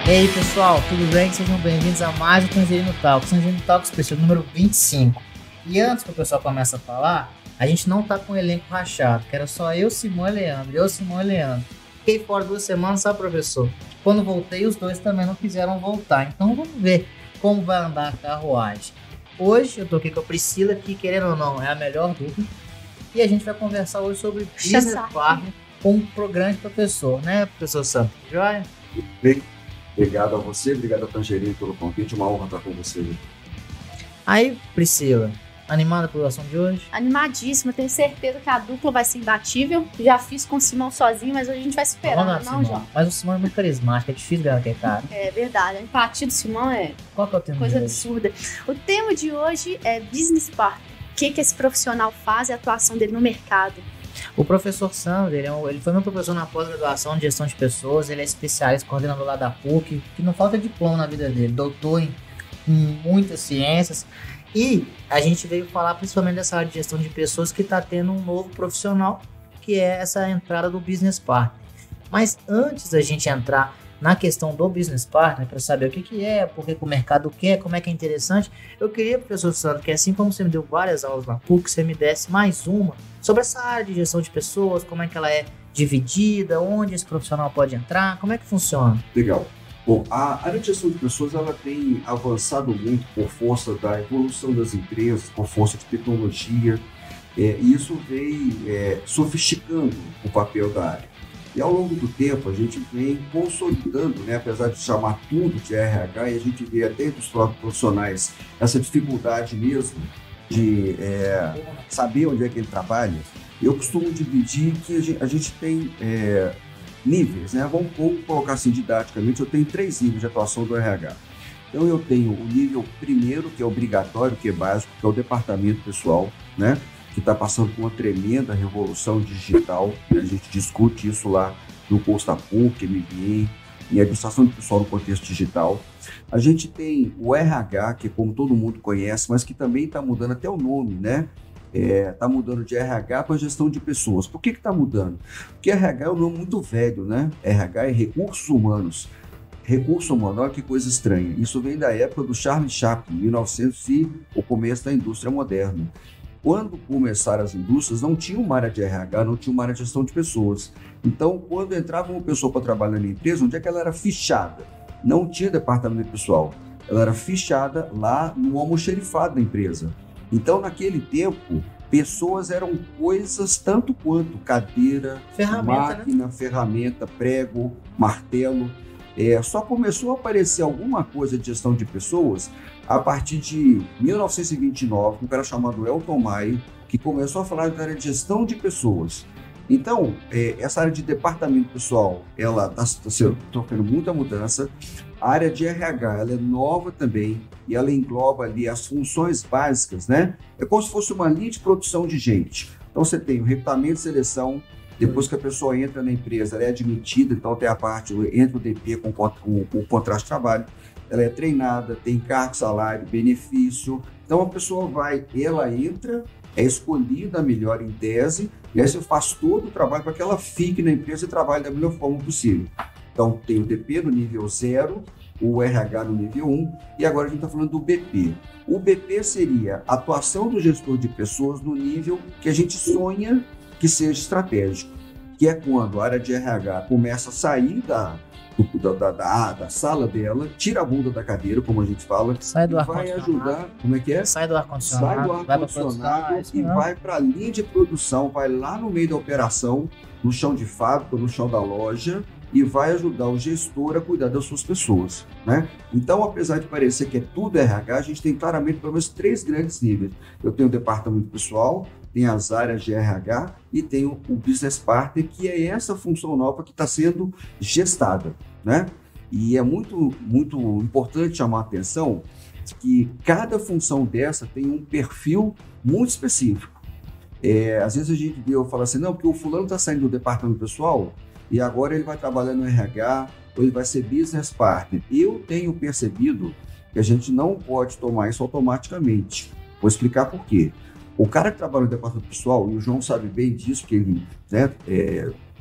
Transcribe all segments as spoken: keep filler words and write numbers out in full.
E aí pessoal, tudo bem? Sejam bem-vindos a mais um Tangerino Talks, Tangerino Talks especial número vinte e cinco. E antes que o pessoal comece a falar, a gente não tá com o elenco rachado, que era só eu, Simão e Leandro, eu, Simão e Leandro. Fiquei fora duas semanas, sabe, professor? Quando voltei, os dois também não quiseram voltar, então vamos ver como vai andar a carruagem. Hoje eu tô aqui com a Priscila, que querendo ou não é a melhor dupla, e a gente vai conversar hoje sobre Business Partner com um programa de professor, né, professor Santos? Joia? Bem, obrigado a você, obrigado a Tangerino pelo convite, uma honra estar com você. Aí, Priscila, animada pelo assunto de hoje? Animadíssima, tenho certeza que a dupla vai ser imbatível. Já fiz com o Simão sozinho, mas hoje a gente vai superar, não, não, não, João? Mas o Simão é muito carismático, é difícil ganhar aquele cara. É verdade, a empatia do Simão é Qual que é o tema coisa de hoje? absurda. O tema de hoje é Business Partner. O que, que esse profissional faz e a atuação dele no mercado. O professor Sandro, ele, é um, ele foi meu professor na pós-graduação de gestão de pessoas, ele é especialista, coordenador lá da P U C, que não falta diploma na vida dele, doutor em, em muitas ciências. E a gente veio falar principalmente dessa área de gestão de pessoas que está tendo um novo profissional, que é essa entrada do Business Partner. Mas antes da gente entrar na questão do Business Partner, para saber o que, que é, por que, que o mercado quer, como é que é interessante, eu queria, professor Sandro, que assim como você me deu várias aulas na P U C, você me desse mais uma sobre essa área de gestão de pessoas, como é que ela é dividida, onde esse profissional pode entrar, como é que funciona? Legal. Bom, a área de gestão de pessoas ela tem avançado muito por força da evolução das empresas, por força de tecnologia, é, e isso vem é, sofisticando o papel da área. E ao longo do tempo a gente vem consolidando, né, apesar de chamar tudo de R H, e a gente vê até dos próprios profissionais essa dificuldade mesmo de é, saber onde é que ele trabalha. Eu costumo dividir que a gente, a gente tem é, níveis, né? Vamos, vamos colocar assim didaticamente, eu tenho três níveis de atuação do R H. Então eu tenho o nível primeiro, que é obrigatório, que é básico, que é o departamento pessoal, né? Que está passando por uma tremenda revolução digital, né? A gente discute isso lá no curso da P U C, M B A, em administração de pessoal no contexto digital. A gente tem o R H, que como todo mundo conhece, mas que também está mudando até o nome, né? Está é, mudando de R H para gestão de pessoas. Por que está mudando? Porque R H é um nome muito velho, né? R H é recursos humanos. Recurso humano, olha que coisa estranha. Isso vem da época do Charles Chaplin, mil e novecentos e o começo da indústria moderna. Quando começaram as indústrias, não tinha uma área de R H, não tinha uma área de gestão de pessoas. Então, quando entrava uma pessoa para trabalhar na empresa, onde é que ela era fichada? Não tinha departamento pessoal. Ela era fichada lá no almoxerifado da empresa. Então, naquele tempo, pessoas eram coisas tanto quanto cadeira, Ferramenta, máquina, né? ferramenta, prego, martelo. É, só começou a aparecer alguma coisa de gestão de pessoas a partir de mil novecentos e vinte e nove, um cara chamado Elton Maio, que começou a falar da área de gestão de pessoas. Então, é, essa área de departamento pessoal, ela está sofrendo muita mudança. A área de R H, ela é nova também e ela engloba ali as funções básicas, né? É como se fosse uma linha de produção de gente. Então, você tem o recrutamento e seleção. Depois que a pessoa entra na empresa, ela é admitida, então tem a parte, entra o D P com, com, com o contrato de trabalho, ela é treinada, tem cargo, salário, benefício. Então, a pessoa vai, ela entra, é escolhida melhor em tese, e aí você faz todo o trabalho para que ela fique na empresa e trabalhe da melhor forma possível. Então, tem o D P no nível zero, o R H no nível um, e agora a gente está falando do B P. O B P seria a atuação do gestor de pessoas no nível que a gente sonha que seja estratégico, que é quando a área de R H começa a sair da, da, da, da, da sala dela, tira a bunda da cadeira, como a gente fala, Sai do e vai ajudar, como é que é? Sai do ar-condicionado, Sai do ar-condicionado e vai para a linha de produção, vai lá no meio da operação, no chão de fábrica, no chão da loja, e vai ajudar o gestor a cuidar das suas pessoas, né? Então, apesar de parecer que é tudo R H, a gente tem claramente pelo menos três grandes níveis. Eu tenho o departamento pessoal, tem as áreas de R H e tem o, o Business Partner, que é essa função nova que está sendo gestada, né? E é muito, muito importante chamar a atenção que cada função dessa tem um perfil muito específico. É, às vezes a gente vê, eu falo assim, não, porque o fulano está saindo do departamento pessoal e agora ele vai trabalhar no R H ou ele vai ser Business Partner. Eu tenho percebido que a gente não pode tomar isso automaticamente. Vou explicar por quê. O cara que trabalha no departamento pessoal, e o João sabe bem disso, que ele, né, é,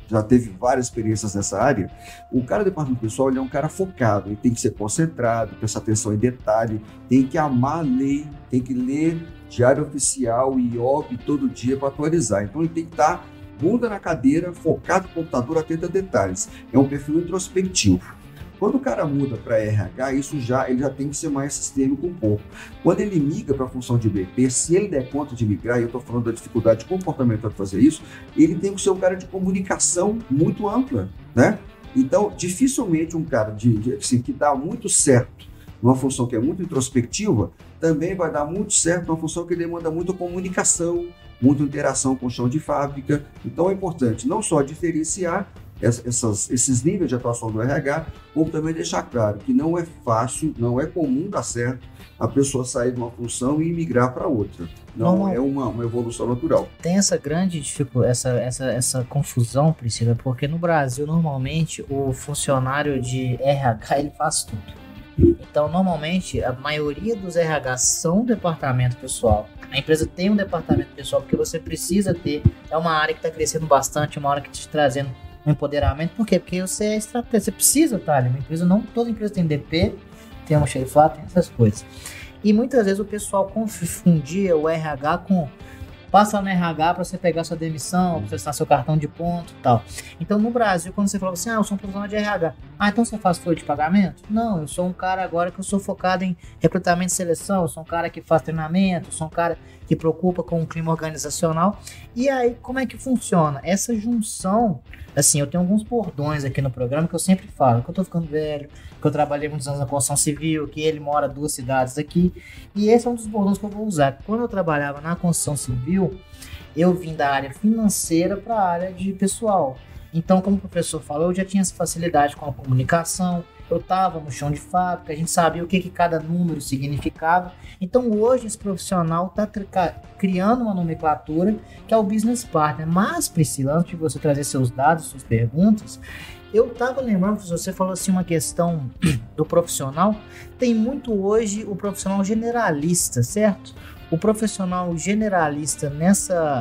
já teve várias experiências nessa área, o cara do departamento pessoal ele é um cara focado, ele tem que ser concentrado, prestar atenção em detalhe, tem que amar a lei, tem que ler diário oficial e I O B todo dia para atualizar. Então ele tem que estar bunda na cadeira, focado no computador, atento a detalhes. É um perfil introspectivo. Quando o cara muda para R H, isso já, ele já tem que ser mais sistêmico um pouco. Quando ele migra para a função de B P, se ele der conta de migrar, e eu estou falando da dificuldade comportamental de fazer isso, ele tem que ser um cara de comunicação muito ampla, né? Então, dificilmente um cara de, de, assim, que dá muito certo numa função que é muito introspectiva, também vai dar muito certo numa função que demanda muita comunicação, muita interação com o chão de fábrica. Então, é importante não só diferenciar Essas, esses níveis de atuação do R H, como também deixar claro que não é fácil, não é comum dar certo a pessoa sair de uma função e migrar para outra. Não, não é uma, uma evolução natural. Tem essa grande dificuldade, essa, essa, essa confusão, Priscila, porque no Brasil, normalmente, o funcionário de R H, ele faz tudo. Então, normalmente, a maioria dos R Hs são departamento pessoal. A empresa tem um departamento pessoal porque você precisa ter, é uma área que está crescendo bastante, uma área que está te trazendo empoderamento. Por quê? Porque você é estratégia, você precisa estar ali. Uma empresa, não toda empresa tem D P, tem uma xerifado, tem essas coisas. E muitas vezes o pessoal confundia o R H com passa no R H para você pegar sua demissão, para você assinar seu cartão de ponto e tal. Então no Brasil, quando você fala assim, ah, eu sou um profissional de R H, ah, então você faz folha de pagamento? Não, eu sou um cara agora que eu sou focado em recrutamento e seleção, eu sou um cara que faz treinamento, eu sou um cara que preocupa com o clima organizacional. E aí, como é que funciona? Essa junção, assim, eu tenho alguns bordões aqui no programa que eu sempre falo, que eu tô ficando velho, que eu trabalhei muitos anos na construção civil, que ele mora duas cidades aqui, e esse é um dos bordões que eu vou usar. Quando eu trabalhava na construção civil, eu vim da área financeira para a área de pessoal. Então, como o professor falou, eu já tinha essa facilidade com a comunicação, eu estava no chão de fábrica, a gente sabia o que, que cada número significava. Então, hoje, esse profissional está criando uma nomenclatura que é o Business Partner. Mas, Priscila, antes de você trazer seus dados, suas perguntas, eu estava lembrando, você falou assim, uma questão do profissional, tem muito hoje o profissional generalista, certo? O profissional generalista nessa...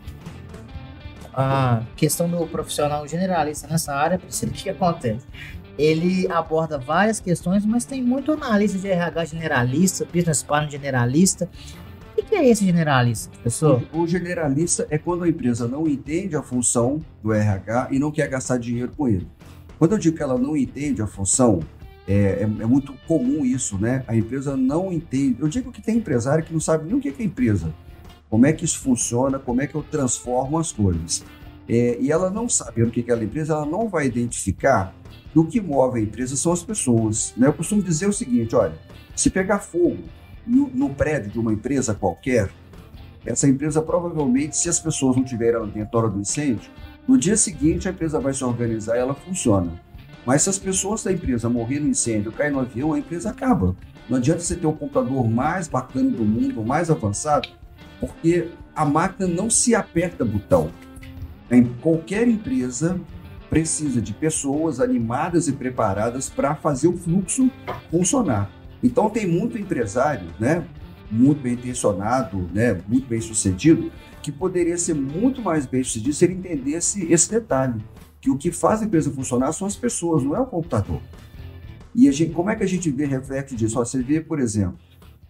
A questão do profissional generalista nessa área, Priscila, o que acontece? Ele aborda várias questões, mas tem muito analista de R H generalista, business partner generalista. O que é esse generalista, professor? O, o generalista é quando a empresa não entende a função do R H e não quer gastar dinheiro com ele. Quando eu digo que ela não entende a função, é, é, é muito comum isso, né? A empresa não entende. Eu digo que tem empresário que não sabe nem o que é empresa. Como é que isso funciona, como é que eu transformo as coisas. É, e ela não sabe o que é aquela empresa, ela não vai identificar que o que move a empresa são as pessoas. Né? Eu costumo dizer o seguinte, olha, se pegar fogo no, no prédio de uma empresa qualquer, essa empresa provavelmente, se as pessoas não tiverem dentro da hora do incêndio, no dia seguinte a empresa vai se organizar e ela funciona. Mas se as pessoas da empresa morrerem no incêndio, caem no avião, a empresa acaba. Não adianta você ter o computador mais bacana do mundo, mais avançado, porque a máquina não se aperta botão. Em qualquer empresa precisa de pessoas animadas e preparadas para fazer o fluxo funcionar. Então tem muito empresário, né, muito bem intencionado, né, muito bem sucedido, que poderia ser muito mais bem sucedido se ele entendesse esse detalhe, que o que faz a empresa funcionar são as pessoas, não é o computador. E a gente, como é que a gente vê reflexo disso? Você vê, por exemplo,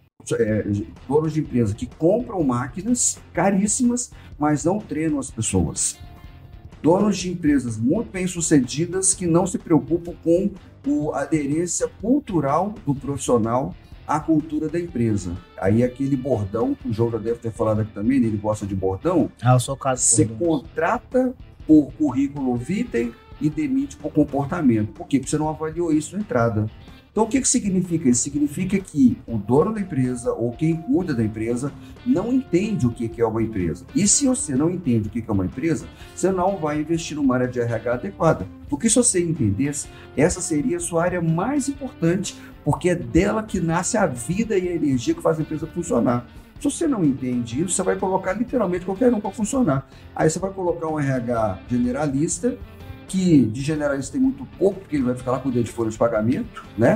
É, donos de empresas que compram máquinas caríssimas, mas não treinam as pessoas. Donos de empresas muito bem sucedidas que não se preocupam com a aderência cultural do profissional à cultura da empresa. Aí aquele bordão, que o João já deve ter falado aqui também, ele gosta de bordão. Ah, eu sou o caso. Você contrata por currículo vitae e demite por comportamento. Por quê? Porque você não avaliou isso na entrada. Então, o que, que significa isso? Significa que o dono da empresa ou quem cuida da empresa não entende o que, que é uma empresa. E se você não entende o que, que é uma empresa, você não vai investir numa área de R H adequada. Porque se você entendesse, essa seria a sua área mais importante, porque é dela que nasce a vida e a energia que faz a empresa funcionar. Se você não entende isso, você vai colocar literalmente qualquer um para funcionar. Aí você vai colocar um R H generalista, que de generalista tem muito pouco, porque ele vai ficar lá cuidando de folha de pagamento, né?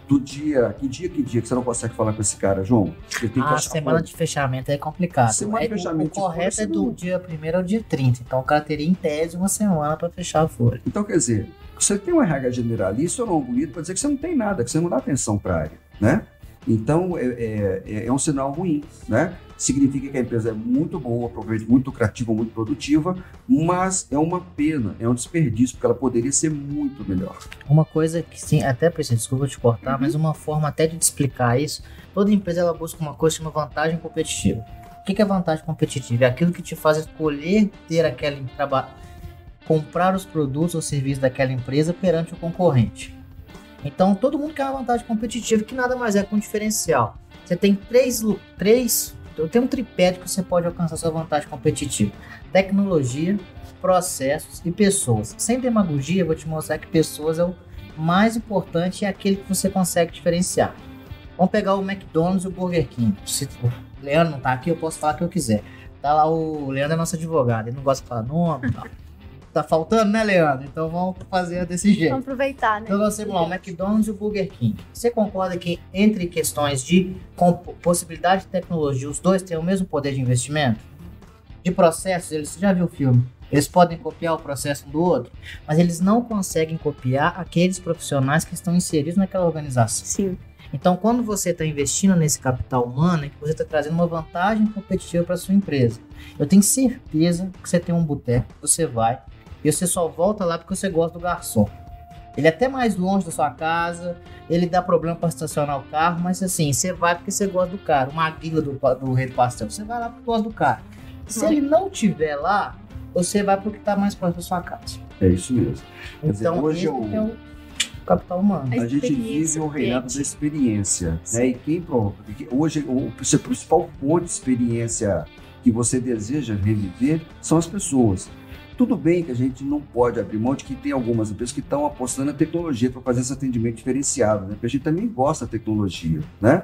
do dia, que dia, que dia que você não consegue falar com esse cara, João? Você tem que A achar semana fora. de fechamento é complicado. Semana de É, o- fechamento o correto de é folha, do você não- dia primeiro ao dia trinta. Então o cara teria em tese uma semana para fechar a folha. Então, quer dizer, você tem um R H generalista ou não bonito para dizer que você não tem nada, que você não dá atenção para a área, né? Então, é, é, é um sinal ruim, né? Significa que a empresa é muito boa, provavelmente muito lucrativa, muito produtiva, mas é uma pena, é um desperdício, porque ela poderia ser muito melhor. Uma coisa que sim, até preciso, desculpa te cortar, Uhum. mas uma forma até de te explicar isso, toda empresa ela busca uma coisa chamada vantagem competitiva. O que que é vantagem competitiva? É aquilo que te faz escolher ter aquela traba- comprar os produtos ou serviços daquela empresa perante o concorrente. Então todo mundo quer uma vantagem competitiva, que nada mais é que um diferencial. Você tem três, lu- três tem um tripé de que você pode alcançar sua vantagem competitiva: tecnologia, processos e pessoas. Sem demagogia, eu vou te mostrar que pessoas é o mais importante e é aquele que você consegue diferenciar. Vamos pegar o McDonald's e o Burger King. Se o Leandro não tá aqui, eu posso falar o que eu quiser. Tá lá, o Leandro é nosso advogado, ele não gosta de falar nome e tal. Tá faltando, né, Leandro? Então vamos fazer desse jeito. Vamos aproveitar, né? Então nós temos lá o McDonald's e o Burger King. Você concorda que entre questões de comp- possibilidade de tecnologia, os dois têm o mesmo poder de investimento? De processos, eles, você já viu o filme? Eles podem copiar o processo um do outro, mas eles não conseguem copiar aqueles profissionais que estão inseridos naquela organização. Sim. Então, quando você está investindo nesse capital humano, é que você está trazendo uma vantagem competitiva para sua empresa. Eu tenho certeza que você tem um boteco, você vai, e você só volta lá porque você gosta do garçom. Ele é até mais longe da sua casa, ele dá problema para estacionar o carro, mas assim, você vai porque você gosta do cara. Uma guila do, do Rei do Pastel, você vai lá porque gosta do cara. Se ele não estiver lá, você vai porque está mais próximo da sua casa. É isso mesmo. Quer dizer, Então, hoje esse é o- é o capital humano. A A gente vive experiência o reinado vende. da experiência, Sim. né? E quem prova? Porque hoje o seu principal ponto de experiência que você deseja reviver são as pessoas. Tudo bem que a gente não pode abrir mão de que tem algumas empresas que estão apostando na tecnologia para fazer esse atendimento diferenciado, né? Porque a gente também gosta da tecnologia, né?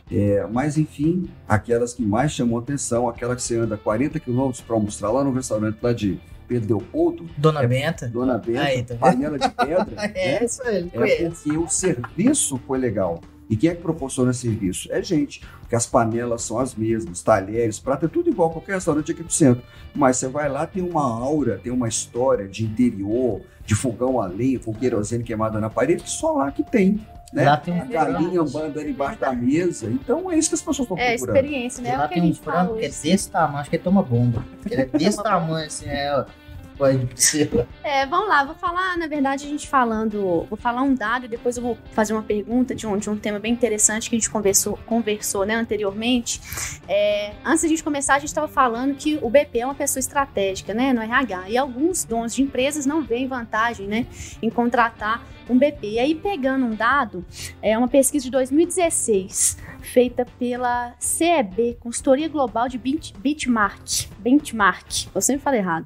É, mas, enfim, aquelas que mais chamam atenção, aquela que você anda quarenta quilômetros para almoçar lá no restaurante lá de Pedro Leopoldo, Dona É, Benta. Dona Benta, Aí, tá vendo? panela de pedra, É né? isso aí, É conheço. porque o serviço foi legal. E quem é que proporciona serviço? É gente. Porque as panelas são as mesmas, talheres, prato, é tudo igual a qualquer restaurante aqui do centro. Mas você vai lá, tem uma aura, tem uma história de interior, de fogão a lenha, com querosene queimada na parede, que só lá que tem. Né? Lá tem um A galinha verdade. andando embaixo da mesa. Então é isso que as pessoas estão É, procurando. experiência, né? É Lá o que a tem um gente frango falou. que é desse tamanho, acho que ele toma bomba. Ele é desse tamanho, assim, é. Pode ser. É, vamos lá, vou falar, na verdade, a gente falando, vou falar um dado e depois eu vou fazer uma pergunta de um, de um tema bem interessante que a gente conversou, conversou né, anteriormente. É, antes da gente começar, a gente estava falando que o B P é uma pessoa estratégica, né, no R H, e alguns donos de empresas não veem vantagem, né, em contratar um B P. E aí, pegando um dado, é uma pesquisa de dois mil e dezesseis, feita pela C E B, Consultoria Global de Bench- Benchmark, Benchmark, eu sempre falo errado.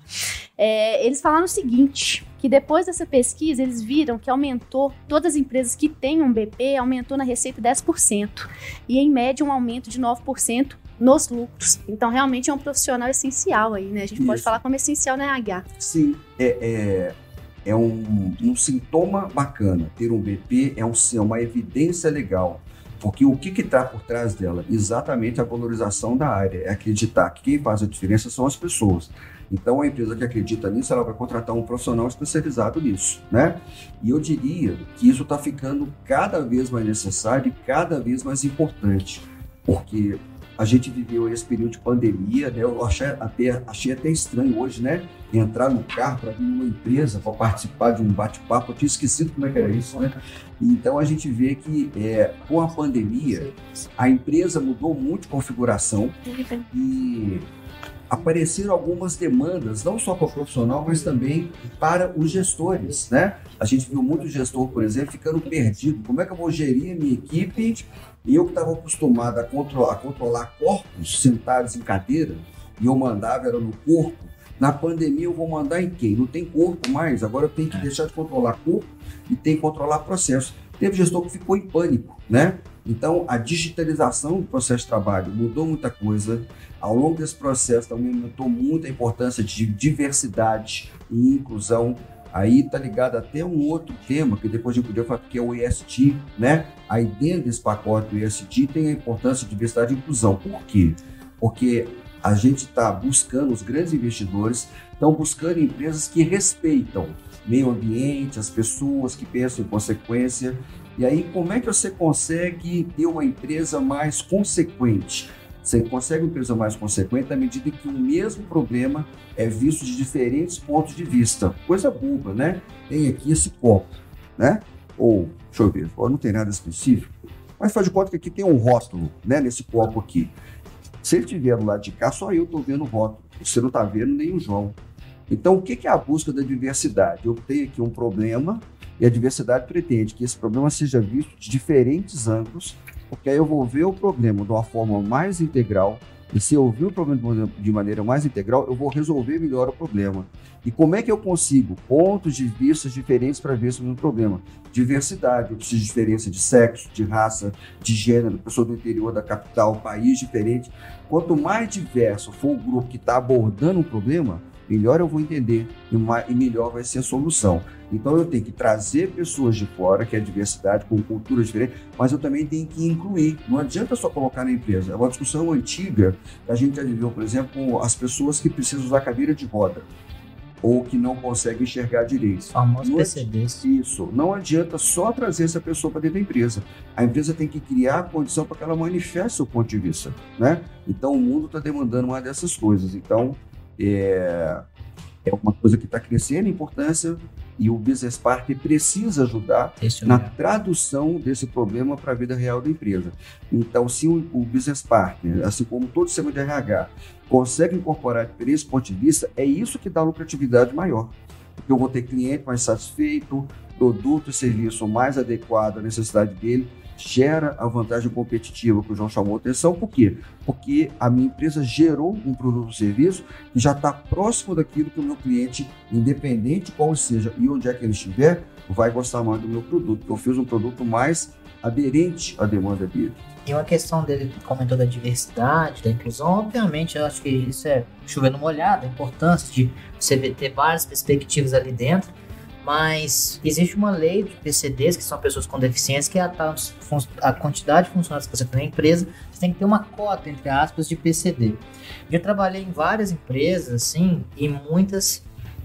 É, eles falaram o seguinte, que depois dessa pesquisa, eles viram que aumentou, todas as empresas que têm um B P, aumentou na receita dez por cento, e em média um aumento de nove por cento nos lucros. Então, realmente é um profissional essencial aí, né? A gente pode Isso. falar como essencial no R H. Sim, é, é, é um, um sintoma bacana. Ter um B P é, um, é uma evidência legal. Porque o que está por trás dela? Exatamente a valorização da área. É acreditar que quem faz a diferença são as pessoas. Então, a empresa que acredita nisso, ela vai contratar um profissional especializado nisso, né? E eu diria que isso está ficando cada vez mais necessário e cada vez mais importante. Porque a gente viveu esse período de pandemia, né? Eu achei até, achei até estranho hoje, né? Entrar no carro para vir numa empresa para participar de um bate-papo. Eu tinha esquecido como é que era isso, né? Então a gente vê que é, com a pandemia, a empresa mudou muito de configuração e apareceram algumas demandas, não só para o profissional, mas também para os gestores, né? A gente viu muito gestor, por exemplo, ficando perdido. Como é que eu vou gerir a minha equipe? Eu que estava acostumado a controlar, a controlar corpos sentados em cadeira, e eu mandava era no corpo. Na pandemia eu vou mandar em quem? Não tem corpo mais, agora eu tenho que deixar de controlar corpo e tenho que controlar processo. Teve gestor que ficou em pânico, né? Então, a digitalização do processo de trabalho mudou muita coisa. Ao longo desse processo também aumentou muito a importância de diversidade e inclusão. Aí está ligado até um outro tema, que depois a gente podia falar, que é o E S G, né? Aí dentro desse pacote do E S G tem a importância de diversidade e inclusão. Por quê? Porque a gente está buscando, os grandes investidores estão buscando empresas que respeitam o meio ambiente, as pessoas, que pensam em consequência. E aí, como é que você consegue ter uma empresa mais consequente? Você consegue uma empresa mais consequente à medida que o mesmo problema é visto de diferentes pontos de vista. Coisa boba, né? Tem aqui esse copo, né? Ou, deixa eu ver, não tem nada específico, mas faz de conta que aqui tem um rótulo, né? Nesse copo aqui. Se ele estiver do lado de cá, só eu estou vendo o rótulo. Você não está vendo nem o João. Então, o que é a busca da diversidade? Eu tenho aqui um problema e a diversidade pretende que esse problema seja visto de diferentes ângulos, porque aí eu vou ver o problema de uma forma mais integral, e se eu ver o problema de maneira mais integral, eu vou resolver melhor o problema. E como é que eu consigo pontos de vista diferentes para ver esse mesmo problema? Diversidade, eu preciso de diferença de sexo, de raça, de gênero, pessoa do interior da capital, país diferente. Quanto mais diverso for o grupo que está abordando um problema, melhor eu vou entender e melhor vai ser a solução. Então eu tenho que trazer pessoas de fora, que é a diversidade, com culturas diferentes, mas eu também tenho que incluir. Não adianta só colocar na empresa. É uma discussão antiga que a gente já viveu, por exemplo, com as pessoas que precisam usar cadeira de roda ou que não conseguem enxergar direito. Famosos P C Ds. Isso. Não adianta só trazer essa pessoa para dentro da empresa. A empresa tem que criar a condição para que ela manifeste seu ponto de vista, né? Então o mundo está demandando uma dessas coisas. Então é, é uma coisa que está crescendo em importância e o Business Partner precisa ajudar Isso na mesmo. tradução desse problema para a vida real da empresa. Então, se o, o Business Partner, assim como todo o sistema de R H, consegue incorporar esse ponto de vista, é isso que dá lucratividade maior. Porque eu vou ter cliente mais satisfeito, produto e serviço mais adequado à necessidade dele, gera a vantagem competitiva que o João chamou a atenção. Por quê? Porque a minha empresa gerou um produto ou serviço que já está próximo daquilo que o meu cliente, independente qual seja e onde é que ele estiver, vai gostar mais do meu produto. Eu fiz um produto mais aderente à demanda dele. E uma questão dele que comentou da diversidade, da inclusão, obviamente, eu acho que isso é chovendo molhado, a importância de você ter várias perspectivas ali dentro. Mas existe uma lei de P C Ds, que são pessoas com deficiência, que é a, a quantidade de funcionários que você tem na empresa, você tem que ter uma cota, entre aspas, de P C D. Eu trabalhei em várias empresas, assim, e muitas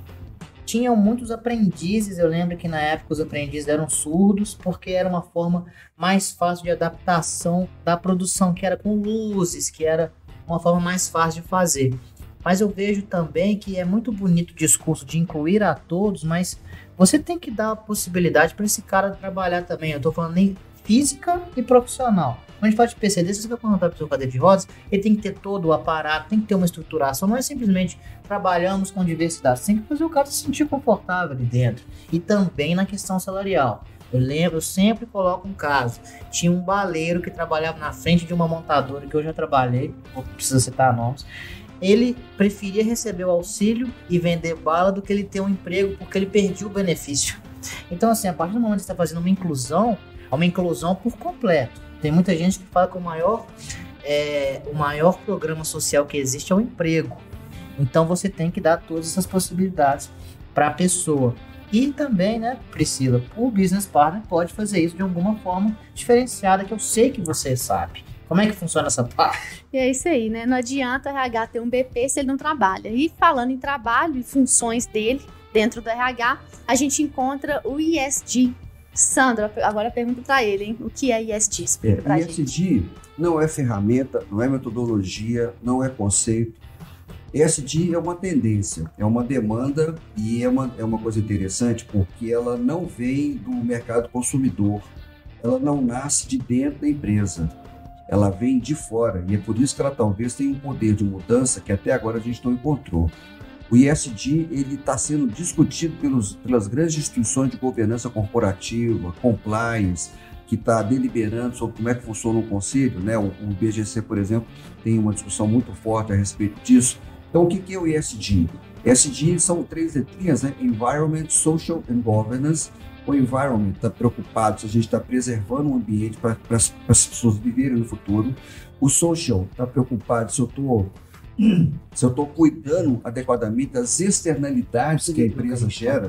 tinham muitos aprendizes. Eu lembro que na época os aprendizes eram surdos, porque era uma forma mais fácil de adaptação da produção, que era com luzes, que era uma forma mais fácil de fazer. Mas eu vejo também que é muito bonito o discurso de incluir a todos, mas você tem que dar a possibilidade para esse cara trabalhar também. Eu estou falando em física e profissional. Quando a gente fala de P C D, se você vai contratar a pessoa com cadeira de rodas, ele tem que ter todo o aparato, tem que ter uma estruturação. Não é simplesmente trabalhamos com diversidade, você tem que fazer o cara se sentir confortável ali dentro. E também na questão salarial. Eu lembro, eu sempre coloco um caso. Tinha um baleiro que trabalhava na frente de uma montadora que eu já trabalhei, não precisa citar nomes. Ele preferia receber o auxílio e vender bala do que ele ter um emprego, porque ele perdia o benefício. Então, assim, a partir do momento que você está fazendo uma inclusão, é uma inclusão por completo. Tem muita gente que fala que o maior, é, o maior programa social que existe é o emprego. Então, você tem que dar todas essas possibilidades para a pessoa. E também, né, Priscila, o Business Partner pode fazer isso de alguma forma diferenciada, que eu sei que você sabe. Como é que funciona essa parte? E é isso aí, né? Não adianta o R H ter um B P se ele não trabalha. E falando em trabalho e funções dele dentro do R H, a gente encontra o E S G. Sandro, agora pergunto para ele, hein? O que é E S G? Explica pra é, E S G gente. Não é ferramenta, não é metodologia, não é conceito. E S G é uma tendência, é uma demanda e é uma, é uma coisa interessante porque ela não vem do mercado consumidor, ela não nasce de dentro da empresa. Ela vem de fora e é por isso que ela talvez tenha um poder de mudança que até agora a gente não encontrou. O E S G está sendo discutido pelos, pelas grandes instituições de governança corporativa, compliance, que está deliberando sobre como é que funciona o conselho, né? O, o B G C, por exemplo, tem uma discussão muito forte a respeito disso. Então, o que, que é o E S G? E S G são três letrinhas, né? Environment, Social and Governance. O environment está preocupado se a gente está preservando o ambiente para as pessoas viverem no futuro. O social está preocupado se eu estou se eu estou cuidando adequadamente das externalidades que a empresa gera.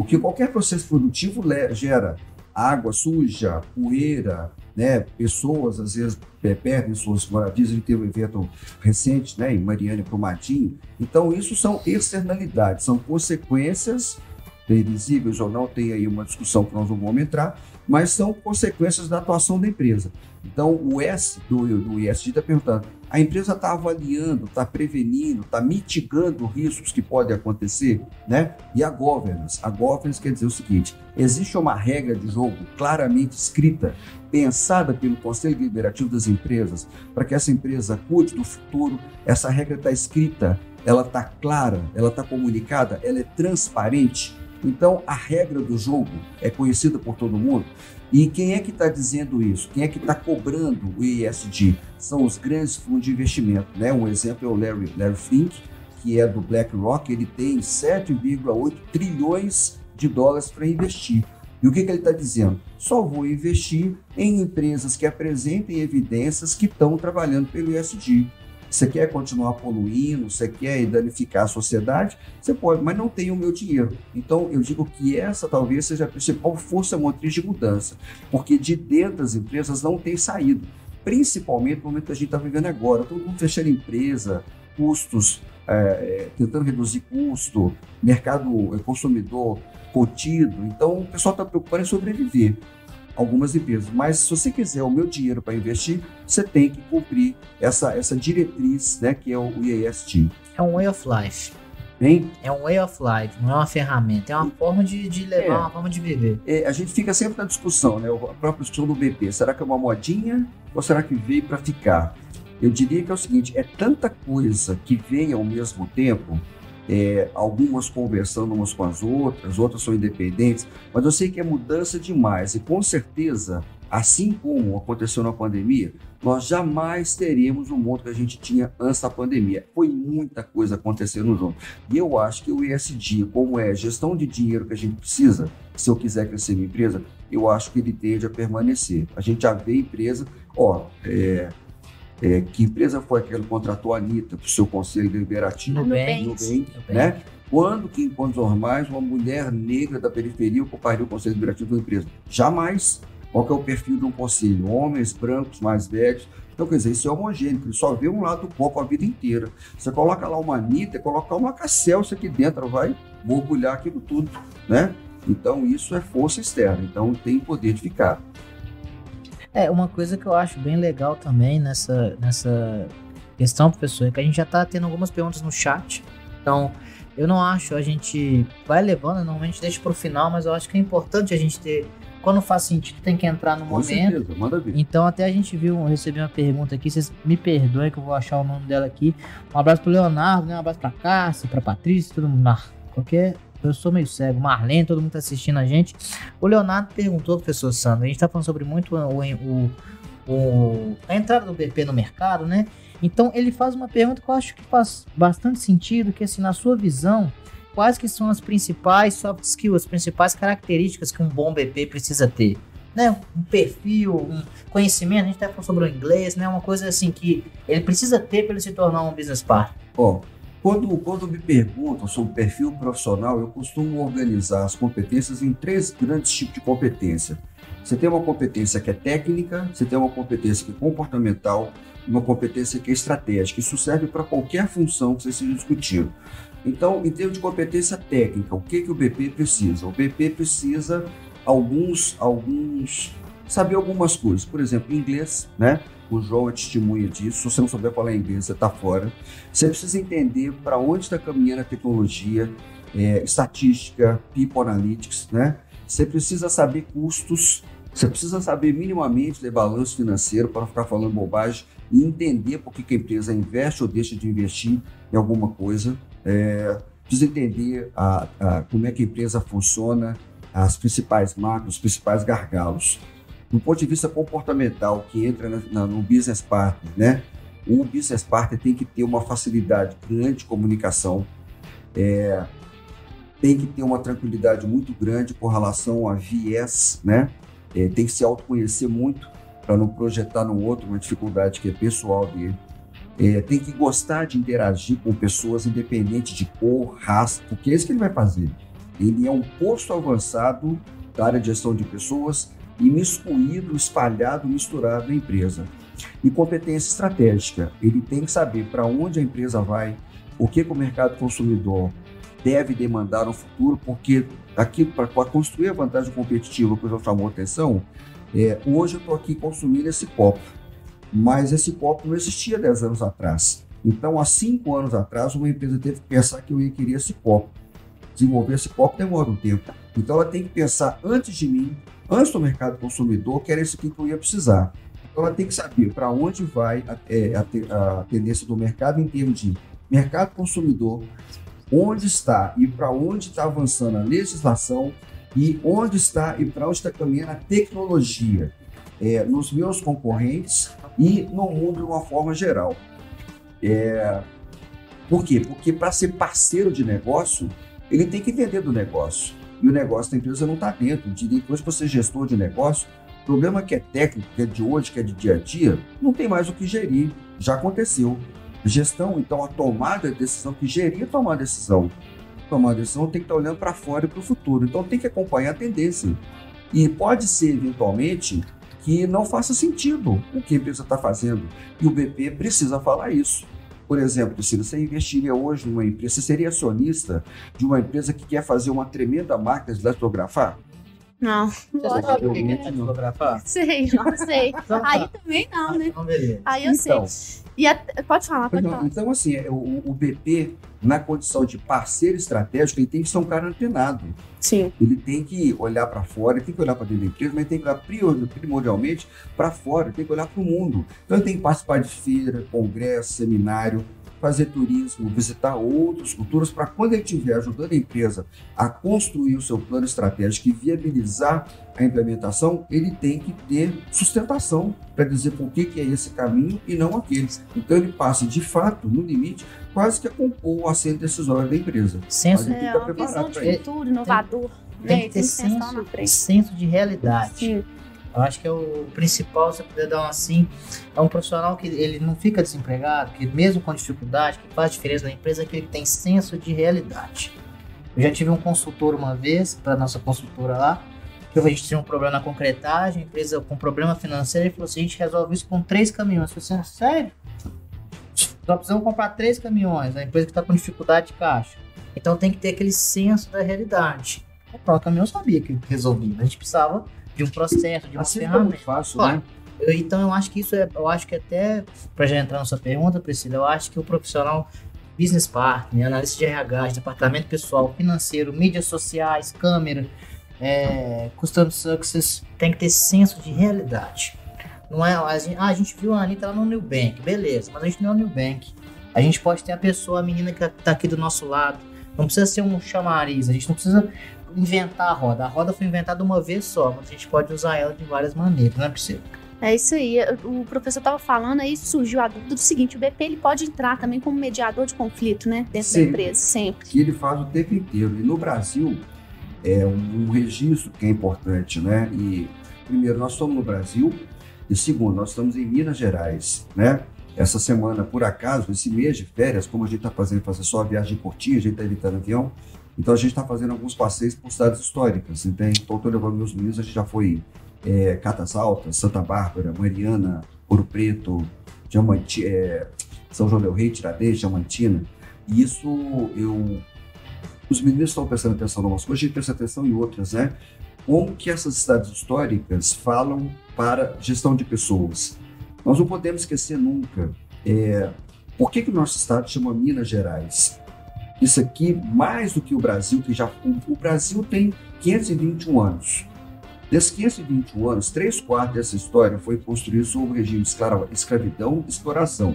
Porque qualquer processo produtivo gera água suja, poeira, né? Pessoas às vezes perdem suas moradias. A gente teve um evento recente, né, em Mariana e Brumadinho. Então isso são externalidades, são consequências previsíveis ou não, tem aí uma discussão que nós não vamos entrar, mas são consequências da atuação da empresa. Então o S do, do E S G está perguntando, a empresa está avaliando, está prevenindo, está mitigando riscos que podem acontecer, né? E a governance? A governance quer dizer o seguinte, existe uma regra de jogo claramente escrita, pensada pelo Conselho Deliberativo das Empresas, para que essa empresa cuide do futuro. Essa regra está escrita, ela está clara, ela está comunicada, ela é transparente. Então, a regra do jogo é conhecida por todo mundo. E quem é que está dizendo isso? Quem é que está cobrando o E S G? São os grandes fundos de investimento, né? Um exemplo é o Larry, Larry Fink, que é do BlackRock. Ele tem sete vírgula oito trilhões de dólares para investir. E o que, que ele está dizendo? Só vou investir em empresas que apresentem evidências que estão trabalhando pelo E S G. Você quer continuar poluindo, você quer danificar a sociedade, você pode, mas não tem o meu dinheiro. Então, eu digo que essa talvez seja a principal força motriz de mudança, porque de dentro das empresas não tem saído, principalmente no momento que a gente está vivendo agora. Todo mundo fechando empresa, custos, é, tentando reduzir custo, mercado consumidor contido. Então, o pessoal está preocupado em sobreviver. Algumas empresas, mas se você quiser o meu dinheiro para investir, você tem que cumprir essa, essa diretriz, né, que é o E S G. É um way of life. Hein? É um way of life, não é uma ferramenta, é uma forma de, de levar, é. uma forma de viver. É, a gente fica sempre na discussão, né, a própria discussão do B P, será que é uma modinha ou será que veio para ficar? Eu diria que é o seguinte, é tanta coisa que vem ao mesmo tempo, É, algumas conversando umas com as outras, outras são independentes, mas eu sei que é mudança demais e com certeza, assim como aconteceu na pandemia, nós jamais teremos o mundo que a gente tinha antes da pandemia. Foi muita coisa acontecendo junto. E eu acho que o E S G, como é gestão de dinheiro que a gente precisa, se eu quiser crescer minha empresa, eu acho que ele tende a permanecer. A gente já vê empresa, ó, é, É, que empresa foi aquela que contratou a Anitta para o seu conselho deliberativo? Nubank. Nubank, né? Quando que, em condições normais, uma mulher negra da periferia ocuparia o conselho deliberativo de uma empresa? Jamais. Qual que é o perfil de um conselho? Homens, brancos, mais velhos. Então, quer dizer, isso é homogêneo, ele só vê um lado do copo a vida inteira. Você coloca lá uma Anitta, coloca uma Casselcia aqui dentro, ela vai borbulhar aquilo tudo, né? Então, isso é força externa, então tem poder de ficar. É, uma coisa que eu acho bem legal também nessa, nessa questão, professor, é que a gente já tá tendo algumas perguntas no chat. Então, eu não acho, a gente vai levando, normalmente deixa pro final, mas eu acho que é importante a gente ter, quando faz sentido, tem que entrar no Com momento. certeza, manda ver. Então, até a gente viu, eu recebi uma pergunta aqui, vocês me perdoem que eu vou achar o nome dela aqui. Um abraço pro Leonardo, né? Um abraço pra Cássia, pra Patrícia, todo mundo. Ah, qualquer... Eu sou meio cego, Marlene, todo mundo tá assistindo a gente. O Leonardo perguntou, professor Sandro, a gente tá falando sobre muito o, o, o, a entrada do B P no mercado, né? Então ele faz uma pergunta que eu acho que faz bastante sentido, que assim, na sua visão, quais que são as principais soft skills, as principais características que um bom B P precisa ter? Né? Um perfil, um conhecimento, a gente tá falando sobre o inglês, né? Uma coisa assim que ele precisa ter para ele se tornar um business partner. Ó, Quando, quando me perguntam sobre perfil profissional, eu costumo organizar as competências em três grandes tipos de competência. Você tem uma competência que é técnica, você tem uma competência que é comportamental e uma competência que é estratégica. Isso serve para qualquer função que você esteja discutindo. Então, em termos de competência técnica, o que, que o B P precisa? O B P precisa alguns, alguns, saber algumas coisas. Por exemplo, inglês, né? O João é testemunha disso. Se você não souber falar inglês, você está fora. Você precisa entender para onde está caminhando a tecnologia, é, estatística, people analytics, né? Você precisa saber custos, você precisa saber minimamente ler balanço financeiro para não ficar falando bobagem e entender por que a empresa investe ou deixa de investir em alguma coisa. É, precisa entender a, a, como é que a empresa funciona, as principais marcas, os principais gargalos. Do ponto de vista comportamental, que entra na, na, no business partner, né? O business partner tem que ter uma facilidade grande de comunicação, é, tem que ter uma tranquilidade muito grande com relação a viés, né? É, tem que se autoconhecer muito para não projetar no outro uma dificuldade que é pessoal dele. É, tem que gostar de interagir com pessoas independente de cor, raça, porque é isso que ele vai fazer. ele é um posto avançado da área de gestão de pessoas, imiscuído, espalhado, misturado na empresa. E competência estratégica, ele tem que saber para onde a empresa vai, o que, que o mercado consumidor deve demandar no futuro, porque aqui para construir a vantagem competitiva que já chamou a atenção, é, hoje eu estou aqui consumindo esse copo, mas esse copo não existia dez anos atrás. Então, há cinco anos atrás, uma empresa teve que pensar que eu ia querer esse copo. Desenvolver esse copo demora um tempo. Então, ela tem que pensar antes de mim, antes do mercado consumidor, que era isso aqui que eu ia precisar. Então, ela tem que saber para onde vai a, é, a, a tendência do mercado em termos de mercado consumidor, onde está e para onde está avançando a legislação e onde está e para onde está caminhando a tecnologia, é, nos meus concorrentes e no mundo de uma forma geral. É, por quê? Porque para ser parceiro de negócio, ele tem que entender do negócio. E o negócio da empresa não está dentro. Eu diria que hoje, para ser gestor de negócio, o problema que é técnico, que é de hoje, que é de dia a dia, não tem mais o que gerir. Já aconteceu. Gestão, então, a tomada de decisão, que gerir é tomar decisão. Tomar decisão tem que estar olhando para fora e para o futuro. Então, tem que acompanhar a tendência. E pode ser, eventualmente, que não faça sentido o que a empresa está fazendo. E o B P precisa falar isso. Por exemplo, se você investiria hoje numa empresa, você seria acionista de uma empresa que quer fazer uma tremenda máquina de datilografar? Não, Você sabe o que é datilografar? Sei, não sei. Aí também não, né? Então, beleza. Aí eu Então, sei. E a... Pode falar, pode falar. Então, assim, o, o B P, na condição de parceiro estratégico, ele tem que ser um cara antenado. Sim. Ele tem que olhar para fora, ele tem que olhar para dentro da empresa, mas tem que olhar primordialmente para fora, ele tem que olhar para o mundo. Então, ele tem que participar de feira, congresso, seminário, fazer turismo, visitar outras culturas, para quando ele estiver ajudando a empresa a construir o seu plano estratégico e viabilizar a implementação, ele tem que ter sustentação para dizer por que, que é esse caminho e não aquele. Então ele passa, de fato, no limite, quase que a compor o assento decisório da empresa. Senso, Mas ele É tá uma preparado visão pra de futuro, inovador. tem né? que ter pensar lá na senso, frente. senso de realidade. Sim. Eu acho que é o principal, se você puder dar um assim, é um profissional que ele não fica desempregado, que mesmo com dificuldade, que faz diferença na empresa, é aquele que tem senso de realidade. Eu já tive um consultor uma vez, para nossa consultora lá, que a gente tinha um problema na concretagem, a empresa com problema financeiro, ele falou assim, a gente resolve isso com três caminhões. Eu falei assim, sério? Só precisamos comprar três caminhões, a empresa que está com dificuldade de caixa. Então tem que ter aquele senso da realidade. O próprio caminhão sabia que resolvia, a gente precisava de um processo, de uma assim ferramenta. é muito fácil, Claro. né? Eu- Então eu acho que isso é, eu acho que até, para já entrar na sua pergunta, Priscila, eu acho que o profissional business partner, analista de R H, de departamento pessoal, financeiro, mídias sociais, câmera, é, custom success, tem que ter senso de realidade. Não é, a gente, ah, a gente viu a Anitta lá no Nubank, beleza, mas a gente não é o Nubank. A gente pode ter a pessoa, a menina que tá aqui do nosso lado. Não precisa ser um chamariz, a gente não precisa inventar a roda. A roda foi inventada uma vez só, mas a gente pode usar ela de várias maneiras, não é possível? É isso aí. O professor estava falando, aí surgiu a dúvida do seguinte: o B P ele pode entrar também como mediador de conflito, né? Dentro Sempre. da empresa, sempre. Que ele faz o tempo inteiro. E no Brasil, é um, um registro que é importante, né? E, primeiro, nós estamos no Brasil, e segundo, nós estamos em Minas Gerais, né? Essa semana, por acaso, esse mês de férias, como a gente está fazendo, fazer só viagem curtinha, a gente está evitando avião, então a gente está fazendo alguns passeios por cidades históricas. Então, estou levando meus meninos, a gente já foi é, Catas Altas, Santa Bárbara, Mariana, Ouro Preto, Diamante, é, São João del Rei, Tiradentes, Diamantina. E isso, eu... Os meninos estão prestando atenção em algumas coisas, a gente presta atenção em outras, né? Como que essas cidades históricas falam para gestão de pessoas. Nós não podemos esquecer nunca, é, por que, que o nosso estado chama Minas Gerais? Isso aqui, mais do que o Brasil, que já o, o Brasil tem quinhentos e vinte e um anos. Desses quinhentos e vinte e um anos, três quartos dessa história foi construído sob o regime de escra- escravidão e exploração.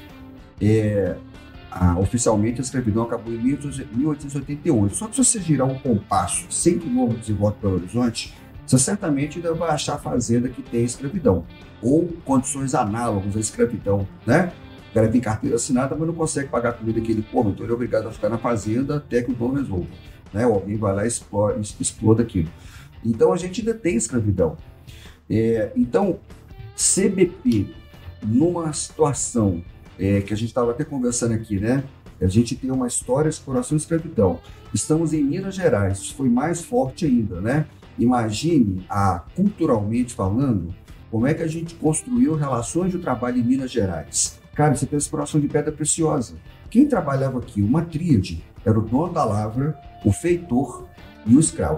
É, a, oficialmente, a escravidão acabou em mil oitocentos e oitenta e oito. Só que se você girar um compasso cem quilômetros em volta para Belo Horizonte, você certamente ainda vai achar fazenda que tem escravidão, ou condições análogas à escravidão, né? O cara tem carteira assinada, mas não consegue pagar a comida que ele come, então ele é obrigado a ficar na fazenda até que o dono resolva, né? Ou alguém vai lá e exploda, exploda aquilo. Então a gente ainda tem escravidão. É, então, C B P, numa situação é, que a gente estava até conversando aqui, né? A gente tem uma história de exploração e escravidão. Estamos em Minas Gerais, isso foi mais forte ainda, né? Imagine, a, culturalmente falando, como é que a gente construiu relações de trabalho em Minas Gerais. Cara, você tem a exploração de pedra preciosa. Quem trabalhava aqui, uma tríade, era o dono da lavra, o feitor e o escravo.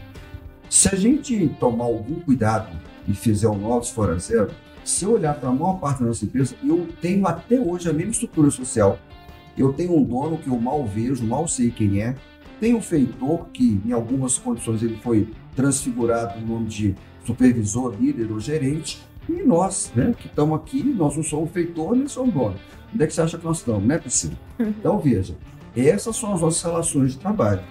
Se a gente tomar algum cuidado e fizer o nosso fora zero, se eu olhar para a maior parte da nossa empresa, eu tenho até hoje a mesma estrutura social. Eu tenho um dono que eu mal vejo, mal sei quem é. Tem um feitor que, em algumas condições, ele foi transfigurado no nome de supervisor, líder ou gerente. E nós, né, que estamos aqui, nós não somos feitor nem somos dono. Onde é que você acha que nós estamos, né, Priscila? Então, veja, essas são as nossas relações de trabalho.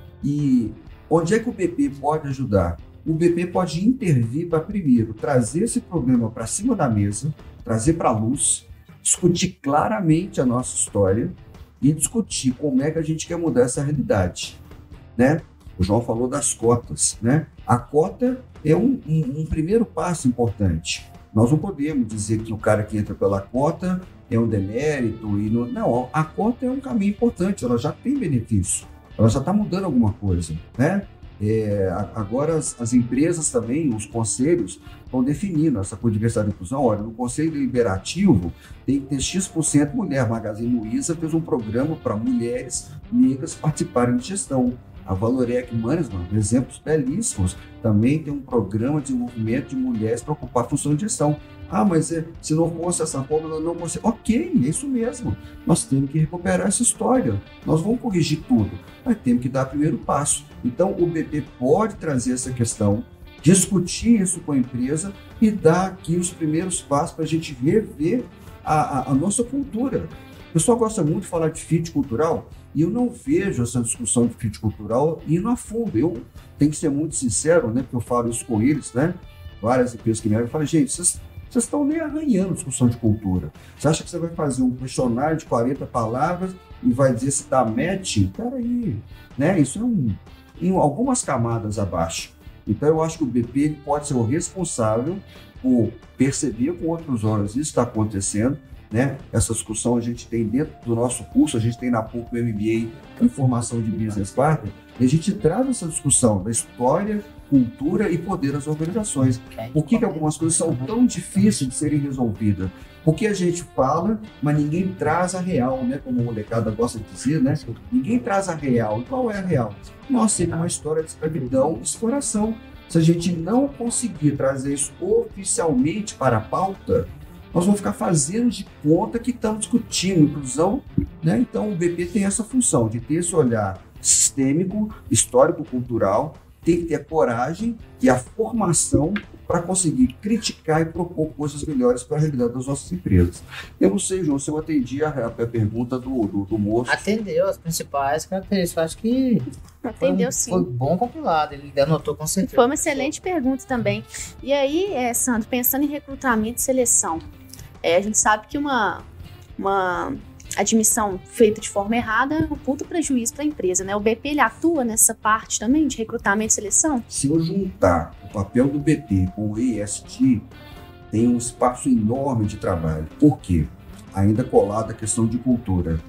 E onde é que o B P pode ajudar? O B P pode intervir para, primeiro, trazer esse problema para cima da mesa, trazer para a luz, discutir claramente a nossa história e discutir como é que a gente quer mudar essa realidade, né? O João falou das cotas, né? A cota é um, um, um primeiro passo importante. Nós não podemos dizer que o cara que entra pela cota é um demérito. E não, não, a cota é um caminho importante, ela já tem benefício, ela já está mudando alguma coisa, né? É, agora as, as empresas também, os conselhos, estão definindo essa por diversidade e inclusão. Olha, no conselho deliberativo tem que ter X por cento mulher. Magazine Luiza fez um programa para mulheres negras participarem de gestão. A Valorec Management, exemplos belíssimos, também tem um programa de desenvolvimento de mulheres para ocupar a função de gestão. Ah, mas é, se não fosse essa forma, nós não conseguimos. Ok, é isso mesmo. Nós temos que recuperar essa história. Nós vamos corrigir tudo, mas temos que dar o primeiro passo. Então, o B P pode trazer essa questão, discutir isso com a empresa e dar aqui os primeiros passos para a gente rever a, a, a nossa cultura. O pessoal gosta muito de falar de fit cultural e eu não vejo essa discussão de fit cultural indo a fundo. Eu tenho que ser muito sincero, né, porque eu falo isso com eles, né? Várias empresas que me olham e falam, gente, vocês Vocês estão nem arranhando a discussão de cultura. Você acha que você vai fazer um questionário de quarenta palavras e vai dizer se dá match? Peraí, né? Isso é um, em algumas camadas abaixo. Então eu acho que o B P ele pode ser o responsável por perceber com outros olhos isso está acontecendo, né? Essa discussão a gente tem dentro do nosso curso, a gente tem na P U C o M B A em formação de Business Partner, e a gente traz essa discussão da história, cultura e poder das organizações. Por que, que algumas coisas são tão difíceis de serem resolvidas? Porque a gente fala, mas ninguém traz a real, né? Como a molecada gosta de dizer, né? Ninguém traz a real. E qual é a real? Nós temos uma história de escravidão e exploração. Se a gente não conseguir trazer isso oficialmente para a pauta, nós vamos ficar fazendo de conta que estamos discutindo inclusão, né? Então o B P tem essa função de ter esse olhar sistêmico, histórico-cultural, tem que ter a coragem e a formação para conseguir criticar e propor coisas melhores para a realidade das nossas empresas. Eu não sei, João, se eu atendi a, a pergunta do, do, do moço. Atendeu as principais características. Eu acho que Atendeu foi, sim. Foi bom compilado, ele anotou com certeza. Foi uma excelente pergunta também. E aí, é, Sandro, pensando em recrutamento e seleção, é, a gente sabe que uma... uma admissão feita de forma errada é um puto prejuízo para a empresa, né? O B P ele atua nessa parte também de recrutamento e seleção? Se eu juntar o papel do B P com o E S G, tem um espaço enorme de trabalho. Por quê? Ainda colado a questão de cultura.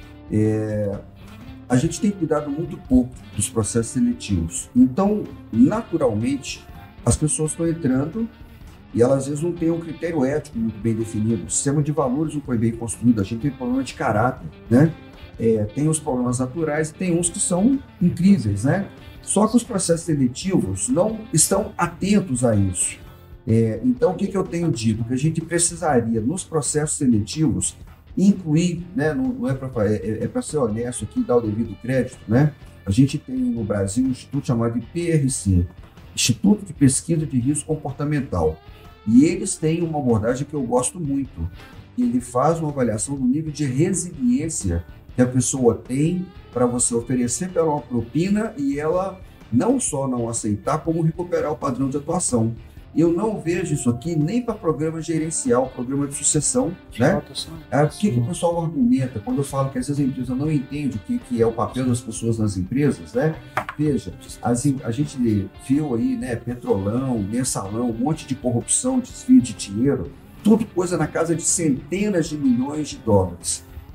É... A gente tem cuidado muito pouco dos processos seletivos. Então, naturalmente, as pessoas estão entrando e elas às vezes não têm um critério ético muito bem definido, o sistema de valores não foi bem construído, a gente tem problema de caráter, né? É, tem os problemas naturais e tem uns que são incríveis, né? Só que os processos seletivos não estão atentos a isso. É, então, o que, que eu tenho dito? Que a gente precisaria, nos processos seletivos, incluir, né? Não, não é para é, é para ser honesto aqui e dar o devido crédito, né? A gente tem no Brasil um instituto chamado I P R C, Instituto de Pesquisa de Risco Comportamental. E eles têm uma abordagem que eu gosto muito. Ele faz uma avaliação do nível de resiliência que a pessoa tem para você oferecer para ela uma propina e ela não só não aceitar, como recuperar o padrão de atuação. Eu não vejo isso aqui nem para programa gerencial, programa de sucessão, né? É, o que, que o pessoal argumenta quando eu falo que às vezes a empresa não entende o que, que é o papel das pessoas nas empresas, né? Veja, as, a gente viu aí, né, Petrolão, Mensalão, um monte de corrupção, desvio de dinheiro, tudo coisa na casa de centenas de milhões de dólares.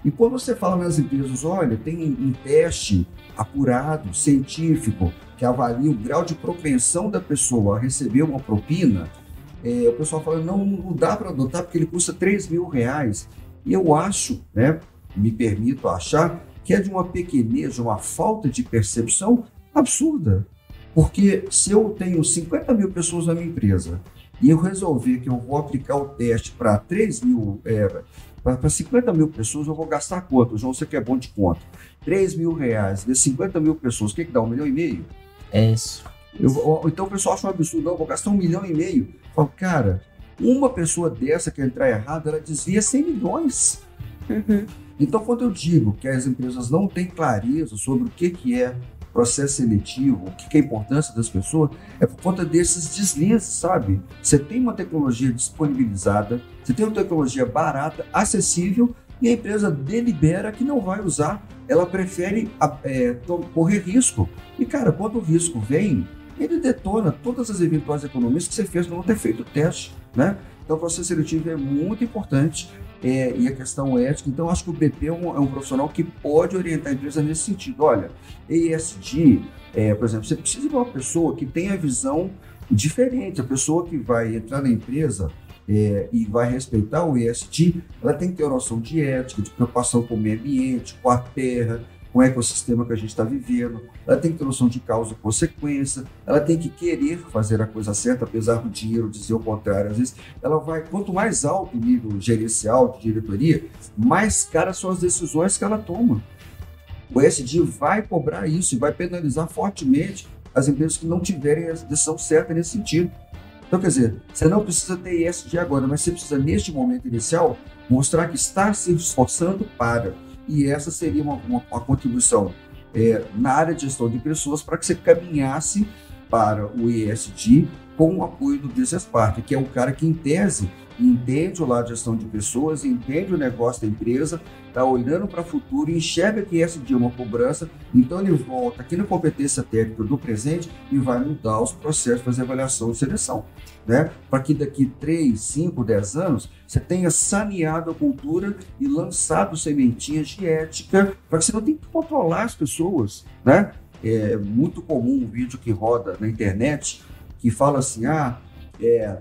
E quando você fala nas empresas, olha, tem um teste apurado, científico, que avalia o grau de propensão da pessoa a receber uma propina, é, o pessoal fala, não, não dá para adotar porque ele custa três mil reais. E eu acho, né, me permito achar, que é de uma pequenez, de uma falta de percepção absurda. Porque se eu tenho cinquenta mil pessoas na minha empresa e eu resolver que eu vou aplicar o teste para três mil, é, para cinquenta mil pessoas, eu vou gastar quanto? João, você que é bom de conta. três mil reais de cinquenta mil pessoas, o que, que dá? Um milhão e meio? É isso. Eu, então o pessoal acha um absurdo, não, eu vou gastar um milhão e meio. Eu falo, cara, uma pessoa dessa que entrar errada, ela desvia cem milhões. Uhum. Então, quando eu digo que as empresas não têm clareza sobre o que, que é processo seletivo, o que, que é a importância das pessoas, é por conta desses deslizes, sabe? Você tem uma tecnologia disponibilizada, você tem uma tecnologia barata, acessível, e a empresa delibera que não vai usar, ela prefere é, correr risco. E, cara, quando o risco vem, ele detona todas as eventuais economias que você fez por não ter feito o teste, né? Então, o processo seletivo é muito importante. É, e a questão ética, então acho que o B P é um, é um profissional que pode orientar a empresa nesse sentido. Olha, E S G, é, por exemplo, você precisa de uma pessoa que tenha visão diferente, a pessoa que vai entrar na empresa é, e vai respeitar o E S G, ela tem que ter uma noção de ética, de preocupação com o meio ambiente, com a terra, com o ecossistema que a gente está vivendo, ela tem que ter noção de causa e consequência, ela tem que querer fazer a coisa certa, apesar do dinheiro dizer o contrário. Às vezes, ela vai, quanto mais alto o nível gerencial de diretoria, mais caras são as decisões que ela toma. O E S G vai cobrar isso e vai penalizar fortemente as empresas que não tiverem a decisão certa nesse sentido. Então, quer dizer, você não precisa ter E S G agora, mas você precisa, neste momento inicial, mostrar que está se esforçando para. E essa seria uma, uma, uma contribuição é, na área de gestão de pessoas para que você caminhasse para o E S G com o apoio do Business Partner, que é o cara que, em tese, entende o lado de gestão de pessoas, entende o negócio da empresa, está olhando para o futuro, enxerga que E S G é uma cobrança, então ele volta aqui na competência técnica do presente e vai mudar os processos, fazer avaliação e seleção, né? Para que daqui três, cinco, dez anos você tenha saneado a cultura e lançado sementinhas de ética, para que você não tenha que controlar as pessoas, né? É muito comum um vídeo que roda na internet que fala assim, ah, é...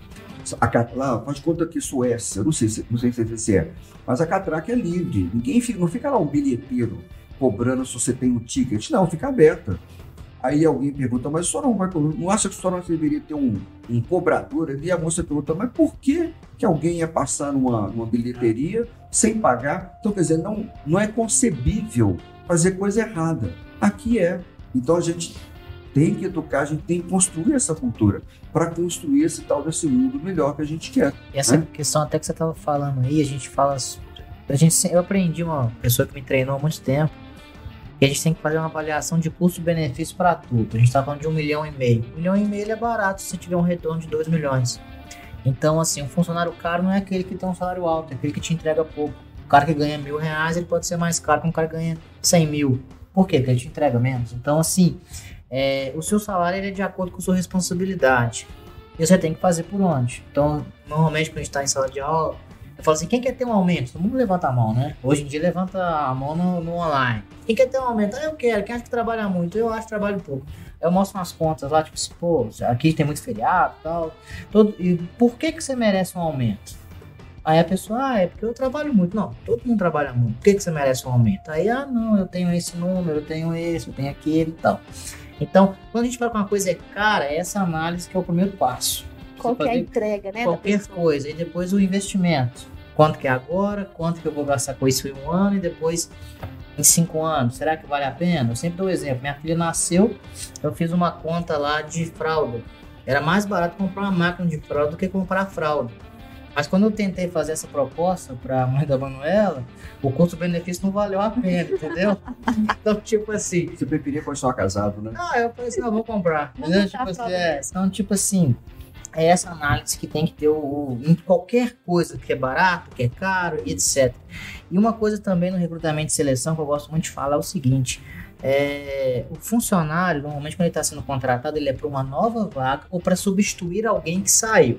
A, lá, faz conta que Suécia, não sei, não sei se é, mas a catraca é livre, ninguém fica, não fica lá um bilheteiro cobrando se você tem um ticket, não, fica aberta. Aí alguém pergunta, mas o senhor não vai, não acha que o senhor não deveria ter um, um cobrador? E a moça pergunta, mas por que, que alguém ia passar numa, numa bilheteria sem pagar? Então, quer dizer, não, não é concebível fazer coisa errada. Aqui é. Então a gente tem que educar, a gente tem que construir essa cultura para construir esse tal desse mundo melhor que a gente quer. E essa né? questão até que você estava falando aí, a gente fala... A gente, eu aprendi, uma pessoa que me treinou há muito tempo, que a gente tem que fazer uma avaliação de custo-benefício para tudo. A gente está falando de um milhão e meio. Um milhão e meio ele é barato se você tiver um retorno de dois milhões. Então, assim, um funcionário caro não é aquele que tem um salário alto, é aquele que te entrega pouco. O cara que ganha mil reais, ele pode ser mais caro que um cara que ganha cem mil. Por quê? Porque ele te entrega menos. Então, assim... É, o seu salário ele é de acordo com a sua responsabilidade e você tem que fazer por onde. Então, normalmente quando a gente está em sala de aula, eu falo assim, quem quer ter um aumento? Todo mundo levanta a mão, né? Hoje em dia levanta a mão no, no online. Quem quer ter um aumento? Ah, eu quero. Quem acha que trabalha muito? Eu acho que trabalho pouco. Eu mostro umas contas lá, tipo assim, pô, aqui tem muito feriado e tal. Todo, e por que que você merece um aumento? Aí a pessoa, ah, é porque eu trabalho muito. Não, todo mundo trabalha muito. Por que que você merece um aumento? Aí, ah, não, eu tenho esse número, eu tenho esse, eu tenho aquele e tal. Então, quando a gente fala que uma coisa é cara, é essa análise que é o primeiro passo. Qual que é a entrega, né? Qualquer coisa. E depois o investimento. Quanto que é agora, quanto que eu vou gastar com isso em um ano e depois em cinco anos. Será que vale a pena? Eu sempre dou um exemplo. Minha filha nasceu, eu fiz uma conta lá de fralda. Era mais barato comprar uma máquina de fralda do que comprar fralda. Mas quando eu tentei fazer essa proposta para a mãe da Manuela, o custo-benefício não valeu a pena, entendeu? Então, tipo assim... Você preferia continuar casado, né? Ah, eu falei assim, não, vou comprar. Entendeu? Tipo assim, é, então, tipo assim, é essa análise que tem que ter o, o, em qualquer coisa que é barato, que é caro, etcétera. E uma coisa também no recrutamento e seleção que eu gosto muito de falar é o seguinte... É, o funcionário, normalmente quando ele está sendo contratado, ele é para uma nova vaga ou para substituir alguém que saiu.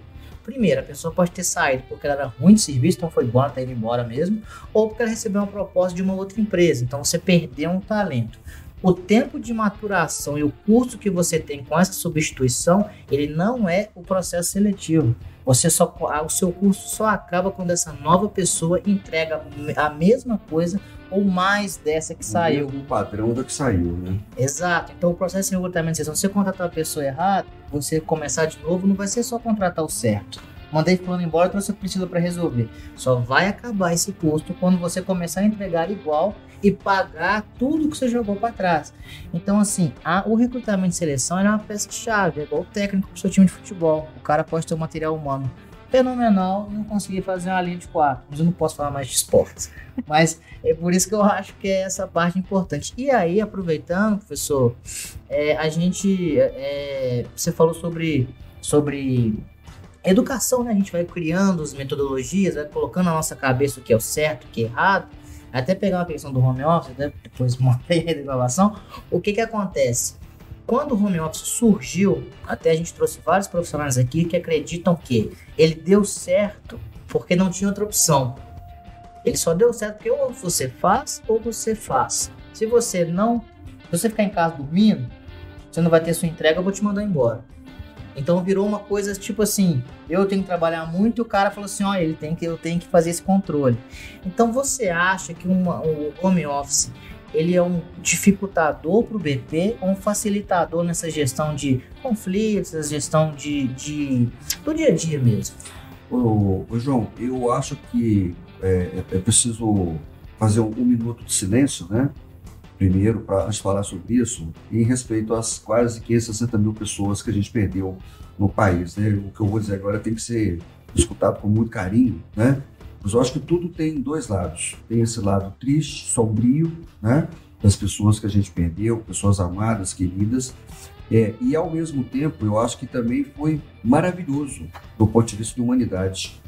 primeiro, a pessoa pode ter saído porque ela era ruim de serviço, então foi bom ela ter ido embora mesmo, ou porque ela recebeu uma proposta de uma outra empresa, então você perdeu um talento. O tempo de maturação e o custo que você tem com essa substituição, ele não é o processo seletivo. Você só, o seu custo só acaba quando essa nova pessoa entrega a mesma coisa ou mais dessa que saiu. O padrão da que saiu, né? Exato. Então o processo de recrutamento, se você contratar a pessoa errada, você começar de novo, não vai ser só contratar o certo. Mandei fulano embora, trouxe a Priscila para resolver. Só vai acabar esse custo quando você começar a entregar igual e pagar tudo que você jogou para trás. Então, assim, a, o recrutamento e seleção é uma peça-chave, é igual o técnico pro seu time de futebol. O cara pode ter um material humano fenomenal e não conseguir fazer uma linha de quatro. Mas eu não posso falar mais de esportes. Mas é por isso que eu acho que é essa parte importante. E aí, aproveitando, professor, é, a gente... É, você falou sobre... sobre educação, né? A gente vai criando as metodologias, vai colocando na nossa cabeça o que é o certo, o que é errado. Até pegar uma questão do home office, né? Depois montei a gravação. O que que acontece? Quando o home office surgiu, até a gente trouxe vários profissionais aqui que acreditam que ele deu certo porque não tinha outra opção. Ele só deu certo porque ou você faz ou você faz. Se você não, se você ficar em casa dormindo, você não vai ter sua entrega, eu vou te mandar embora. Então virou uma coisa tipo assim, eu tenho que trabalhar muito e o cara falou assim, ó, ele tem que, eu tenho que fazer esse controle. Então você acha que uma, um home office, ele é um dificultador para o B P ou um facilitador nessa gestão de conflitos, essa gestão de, de, do dia a dia mesmo? Ô, ô João, eu acho que é, é preciso fazer um, um minuto de silêncio, né? Primeiro, para falar sobre isso, em respeito às quase quinhentas e sessenta mil pessoas que a gente perdeu no país, né? O que eu vou dizer agora tem que ser escutado com muito carinho, né? Mas eu acho que tudo tem dois lados. Tem esse lado triste, sombrio, né? Das pessoas que a gente perdeu, pessoas amadas, queridas. É, e, ao mesmo tempo, eu acho que também foi maravilhoso do ponto de vista de humanidade.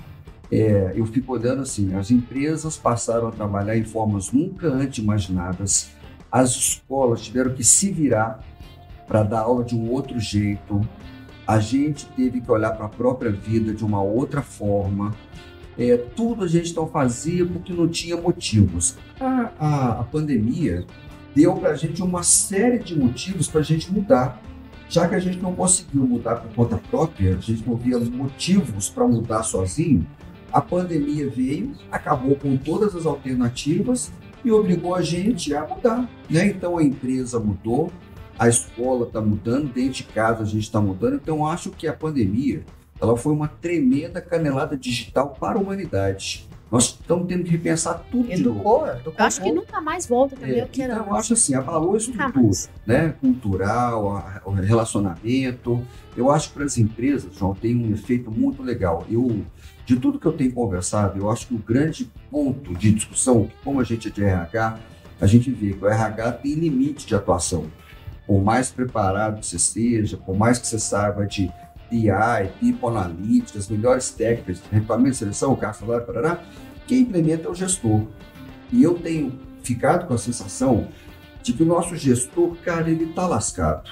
É, eu fico olhando assim, as empresas passaram a trabalhar em formas nunca antes imaginadas. As escolas tiveram que se virar para dar aula de um outro jeito. A gente teve que olhar para a própria vida de uma outra forma. É, tudo a gente não fazia porque não tinha motivos. A, a, a pandemia deu para a gente uma série de motivos para a gente mudar. Já que a gente não conseguiu mudar por conta própria, a gente não via motivos para mudar sozinho, a pandemia veio, acabou com todas as alternativas e obrigou a gente a mudar, né? Então a empresa mudou, a escola está mudando, dentro de casa a gente está mudando. Então acho que a pandemia ela foi uma tremenda canelada digital para a humanidade. Nós estamos tendo que repensar tudo educou, de novo. Educou, Eu acho que nunca mais volta também É, o que era então, eu antes. acho assim, abalou a estrutura, né? Cultural, a- o relacionamento. Eu acho que para as empresas, João, tem um efeito muito legal. Eu, de tudo que eu tenho conversado, eu acho que o grande ponto de discussão, que como a gente é de R H, a gente vê que o R H tem limite de atuação. Por mais preparado que você seja, por mais que você saiba de P I, People Analytics, as melhores técnicas de recrutamento e seleção, o carro salário, parará, quem implementa é o gestor. E eu tenho ficado com a sensação de que o nosso gestor, cara, ele tá lascado.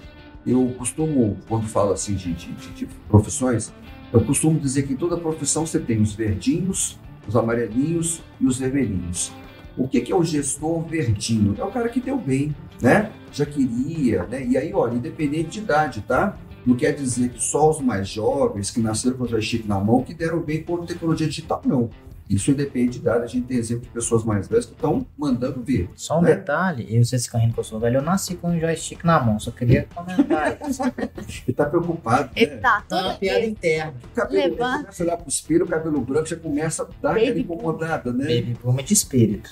Eu costumo, quando falo assim de, de, de, de profissões, eu costumo dizer que em toda profissão você tem os verdinhos, os amarelinhos e os vermelhinhos. O que, que é o gestor verdinho? É o cara que deu bem, né? Já queria, né? E aí, olha, independente de idade, tá? Não quer dizer que só os mais jovens, que nasceram com o joystick na mão, que deram bem por tecnologia digital, não. Isso independe de idade. A gente tem exemplo de pessoas mais velhas que estão mandando ver. Só um né? detalhe, eu sei se rindo que eu sou velho, eu nasci com um joystick na mão, só queria comentar isso. Ele tá preocupado, Ele né? tá É uma todo piada ele. interna. O cabelo, ele Levanta. começa a olhar pro espelho, o cabelo branco já começa a dar Baby aquela incomodada, né? Baby boom de espírito.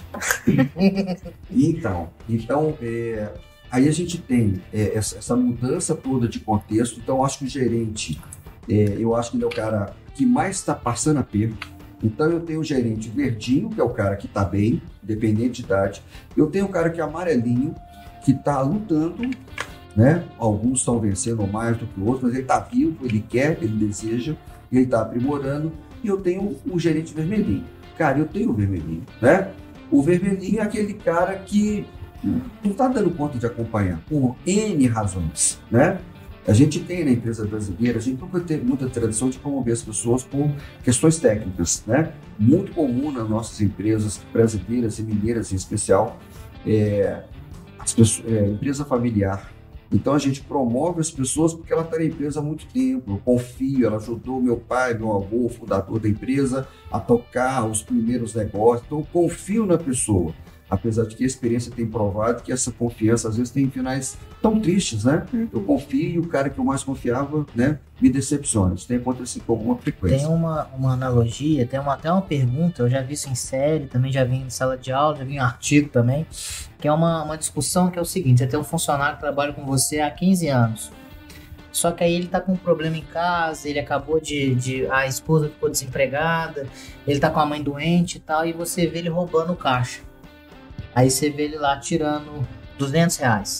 Então, então é, aí a gente tem é, essa, essa mudança toda de contexto. Então, eu acho que o gerente, é, eu acho que ele é o cara que mais está passando aperto. Então, eu tenho o gerente verdinho, que é o cara que está bem, independente de idade. Eu tenho o cara que é amarelinho, que está lutando, né? Alguns estão vencendo mais do que outros, mas ele está vivo, ele quer, ele deseja, ele está aprimorando. E eu tenho o gerente vermelhinho. Cara, eu tenho o vermelhinho, né? O vermelhinho é aquele cara que não está dando conta de acompanhar, por N razões, né? A gente tem na empresa brasileira, a gente nunca teve muita tradição de promover as pessoas por questões técnicas, né? Muito comum nas nossas empresas brasileiras e mineiras em especial, é, as pessoas, é, empresa familiar. Então a gente promove as pessoas porque ela está na empresa há muito tempo, eu confio, ela ajudou meu pai, meu avô, o fundador da empresa, a tocar os primeiros negócios, então eu confio na pessoa. Apesar de que a experiência tem provado que essa confiança às vezes tem finais tão tristes, né? Eu confio e o cara que eu mais confiava, né, me decepciona. Isso tem acontecido com alguma frequência. Tem uma, uma analogia, tem uma, até uma pergunta, eu já vi isso em série, também já vi em sala de aula, já vi em artigo também, que é uma, uma discussão que é o seguinte: você tem um funcionário que trabalha com você há quinze anos, só que aí ele tá com um problema em casa, ele acabou de, de... a esposa ficou desempregada, ele tá com a mãe doente e tal, e você vê ele roubando o caixa. Aí você vê ele lá tirando duzentos reais.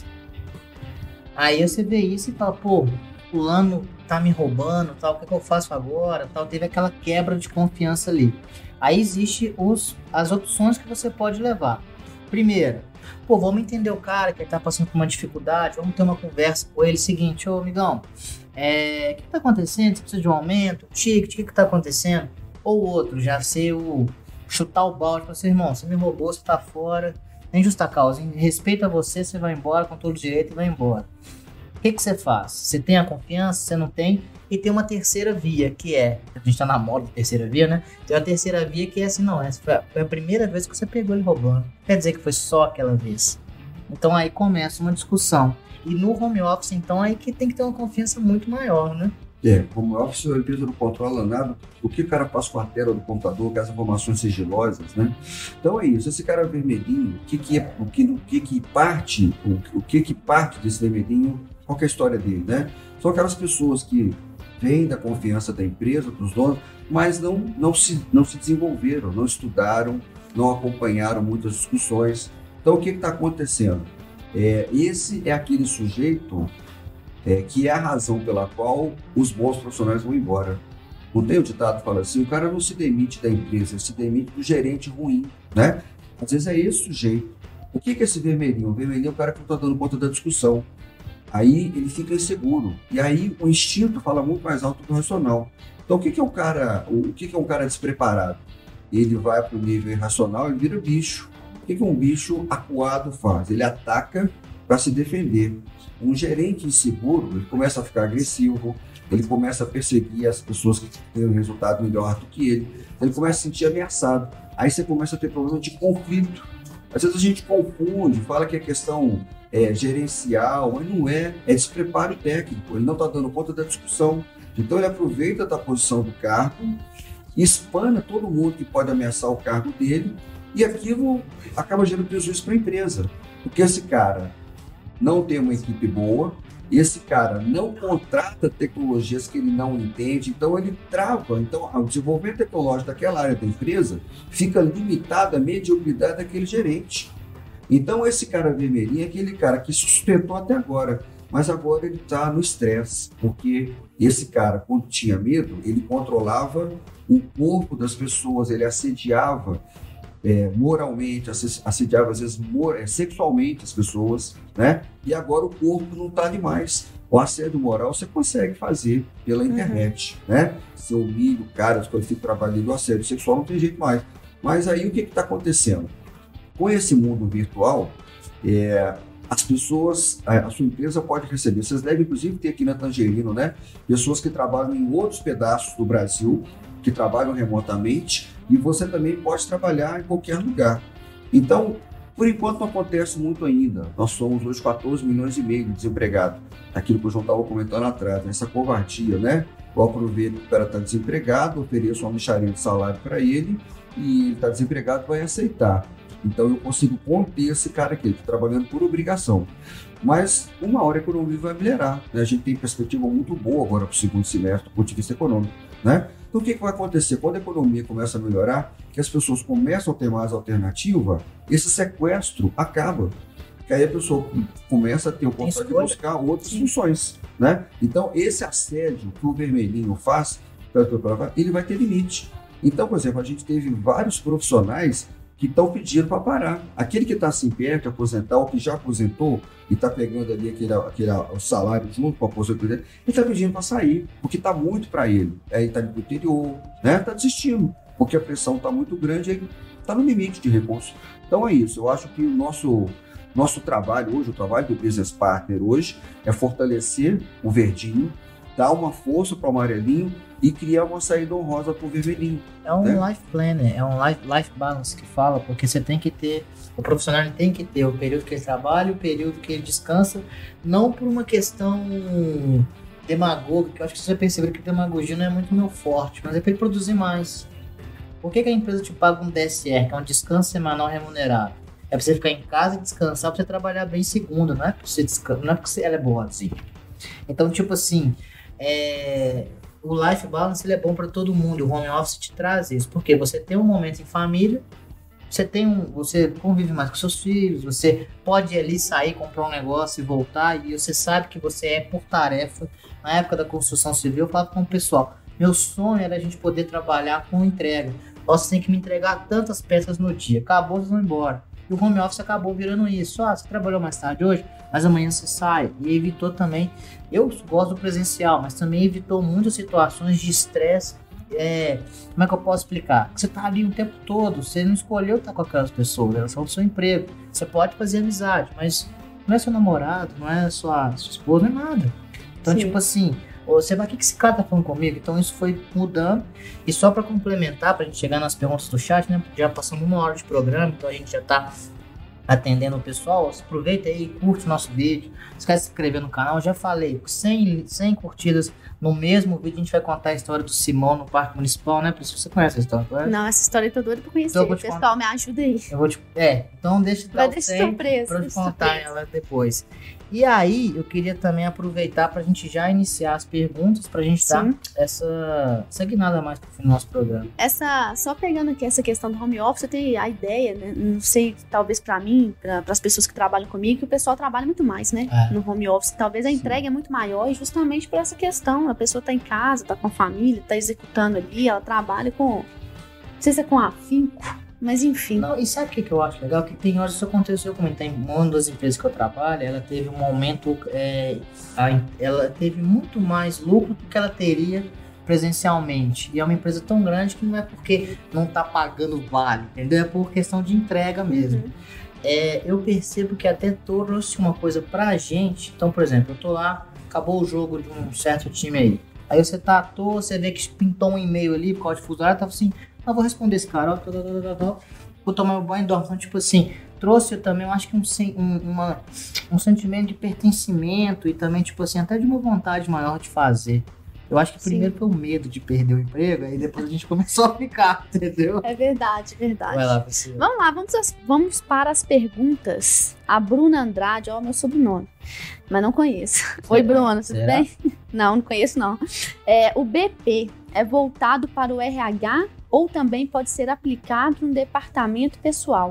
Aí você vê isso e fala, pô, fulano tá me roubando, tal, o que, que eu faço agora? Tal, teve aquela quebra de confiança ali. Aí existe os, as opções que você pode levar. Primeiro, pô, vamos entender o cara que ele tá passando por uma dificuldade, vamos ter uma conversa com ele. Seguinte, ô amigão, é, o que tá acontecendo? Você precisa de um aumento? Ticket, o que que tá acontecendo? Ou outro, já ser o... chutar o balde para seu irmão, você me roubou, você tá fora, tem justa causa, em respeito a você, você vai embora com todo direito e vai embora. O que que você faz? Você tem a confiança, você não tem, e tem uma terceira via, que é, a gente tá na moda de terceira via, né? Tem uma terceira via que é assim, não, essa foi a, foi a primeira vez que você pegou ele roubando, quer dizer que foi só aquela vez. Então aí começa uma discussão, e no home office então aí que tem que ter uma confiança muito maior, né? É, como office, a empresa não controla nada, o que o cara faz com a tela do computador, com as informações sigilosas, né? Então é isso, esse cara vermelhinho, o que que, é, o que, o que, que parte, o, o que que parte desse vermelhinho, qual que é a história dele, né? São aquelas pessoas que vêm da confiança da empresa, dos donos, mas não, não, se, não se desenvolveram, não estudaram, não acompanharam muitas discussões. Então o que está acontecendo? É, esse é aquele sujeito É, que é a razão pela qual os bons profissionais vão embora. Não tem o ditado que fala assim, o cara não se demite da empresa, ele se demite do gerente ruim, né? Às vezes é esse sujeito. O que é esse vermelhinho? O vermelhinho é o cara que não está dando conta da discussão. Aí ele fica inseguro. E aí o instinto fala muito mais alto que o racional. Então o que é um cara, o que é um cara despreparado? Ele vai para o nível irracional e vira bicho. O que é um bicho acuado faz? Ele ataca para se defender. Um gerente inseguro, ele começa a ficar agressivo, ele começa a perseguir as pessoas que têm um resultado melhor do que ele, ele começa a se sentir ameaçado. Aí você começa a ter problema de conflito. Às vezes a gente confunde, fala que é questão é, gerencial, mas não é, é despreparo técnico, ele não está dando conta da discussão. Então ele aproveita da posição do cargo e espana todo mundo que pode ameaçar o cargo dele, e aquilo acaba gerando prejuízo para a empresa, porque esse cara não tem uma equipe boa, esse cara não contrata tecnologias que ele não entende, então ele trava. Então, o desenvolvimento tecnológico daquela área da empresa fica limitado à mediocridade daquele gerente. Então, esse cara vermelhinho é aquele cara que sustentou até agora, mas agora ele está no estresse, porque esse cara, quando tinha medo, ele controlava o corpo das pessoas, ele assediava É, moralmente, assediava às vezes mor- sexualmente as pessoas, né? E agora o corpo não está ali mais. O assédio moral você consegue fazer pela internet, uhum. né? Você humilha o cara, desqualifica o trabalho do assédio sexual, não tem jeito mais. Mas aí o que está acontecendo? Com esse mundo virtual, é, as pessoas, a, a sua empresa pode receber, vocês devem inclusive ter aqui na Tangerino, né? Pessoas que trabalham em outros pedaços do Brasil, que trabalham remotamente, e você também pode trabalhar em qualquer lugar. Então, por enquanto não acontece muito ainda. Nós somos hoje quatorze milhões e meio de desempregados. Aquilo que o João estava comentando atrás, essa covardia, né? Eu aproveito que o cara está desempregado, ofereço uma mixaria de salário para ele, e ele está desempregado, vai aceitar. Então eu consigo conter esse cara aqui, ele está trabalhando por obrigação. Mas uma hora a economia vai melhorar, né? A gente tem perspectiva muito boa agora para o segundo semestre, do ponto de vista econômico, né? Então o que, que vai acontecer? Quando a economia começa a melhorar, que as pessoas começam a ter mais alternativa, esse sequestro acaba. Que aí a pessoa começa a ter o contato de buscar outras Sim. funções, né? Então esse assédio que o vermelhinho faz, ele vai ter limite. Então, por exemplo, a gente teve vários profissionais que estão pedindo para parar. Aquele que está assim perto de aposentar, ou que já aposentou e está pegando ali aquele, aquele o salário junto com a aposentadoria, ele está pedindo para sair, porque está muito para ele. Aí ele está indo para o interior, né? Está desistindo, porque a pressão está muito grande, ele está no limite de recursos. Então é isso, eu acho que o nosso, nosso trabalho hoje, o trabalho do Business Partner hoje, é fortalecer o verdinho, dar uma força para o amarelinho e criar uma saída honrosa para o vermelhinho. É um né? life planner, é um life, life balance que fala, porque você tem que ter, o profissional tem que ter o período que ele trabalha, o período que ele descansa, não por uma questão demagógica, que eu acho que você percebeu que demagogia não é muito meu forte, mas é para ele produzir mais. Por que, que a empresa te paga um D S R, que é um descanso semanal remunerado? É para você ficar em casa e descansar, para você trabalhar bem segunda, não é para você descansar, não é porque ela é boa assim. Então, tipo assim, é... o life balance ele é bom para todo mundo. O home office te traz isso, porque você tem um momento em família, você tem um, você convive mais com seus filhos, você pode ir ali sair, comprar um negócio e voltar, e você sabe que você é por tarefa. Na época da construção civil, eu falava com o pessoal, meu sonho era a gente poder trabalhar com entrega. Você tem que me entregar tantas peças no dia, acabou, vocês vão embora. E o home office acabou virando isso. Ah, você trabalhou mais tarde hoje, mas amanhã você sai. E evitou também, eu gosto do presencial, mas também evitou muitas situações de estresse. É, como é que eu posso explicar? Você tá ali o tempo todo, você não escolheu estar com aquelas pessoas, elas são do seu emprego. Você pode fazer amizade, mas não é seu namorado, não é sua, sua esposa, não é nada. Então, Sim. tipo assim, você vai, o que esse cara tá falando comigo? Então isso foi mudando. E só para complementar, pra gente chegar nas perguntas do chat, né? Já passamos uma hora de programa, então a gente já tá atendendo o pessoal. Aproveita aí, curte o nosso vídeo, esquece de se inscrever no canal. Já falei, cem, cem curtidas no mesmo vídeo, a gente vai contar a história do Simão no Parque Municipal, né? Por isso você conhece a história, não, não, essa história eu tô doida pra conhecer. Então, pessoal, contar. Me ajuda aí. Eu vou te... É, então deixa eu dar vai o deixar tempo surpresa, pra eu te deixa contar surpresa. ela depois. E aí, eu queria também aproveitar pra gente já iniciar as perguntas, pra gente dar essa, essa guinada mais pro fim do nosso programa. Essa, só pegando aqui essa questão do home office, eu tenho a ideia, né? Não sei, talvez pra mim, para as pessoas que trabalham comigo, que o pessoal trabalha muito mais, né? É. No home office. Talvez a entrega Sim. é muito maior, e justamente por essa questão. A pessoa tá em casa, tá com a família, tá executando ali, ela trabalha com, não sei se é com afinco, mas enfim. Não, e sabe o que, que eu acho legal? Que tem horas, isso aconteceu comigo. Tem uma das empresas que eu trabalho, ela teve um aumento, é, a, ela teve muito mais lucro do que ela teria presencialmente. E é uma empresa tão grande que não é porque não tá pagando vale, entendeu? É por questão de entrega mesmo. Uhum. É, eu percebo que até trouxe uma coisa pra gente. Então, por exemplo, eu tô lá, acabou o jogo de um certo time aí. Aí você tá à toa, você vê que pintou um e-mail ali, por causa de fuso horário, tava assim, eu vou responder esse cara, ó, tô, tô, tô, tô, tô, vou tomar um banho e dormir. Então, tipo assim, trouxe também, eu acho que um, um, uma, um sentimento de pertencimento e também, tipo assim, até de uma vontade maior de fazer. Eu acho que primeiro Sim. foi o medo de perder o emprego, aí depois a gente começou a ficar, entendeu? É verdade, verdade. Vai lá, você. Vamos lá, vamos, as, vamos para as perguntas. A Bruna Andrade, ó, meu sobrenome, mas não conheço. Será? Oi, Bruna, tudo Será? bem? Não, não conheço não. É, o B P é voltado para o R H ou também pode ser aplicado no departamento pessoal?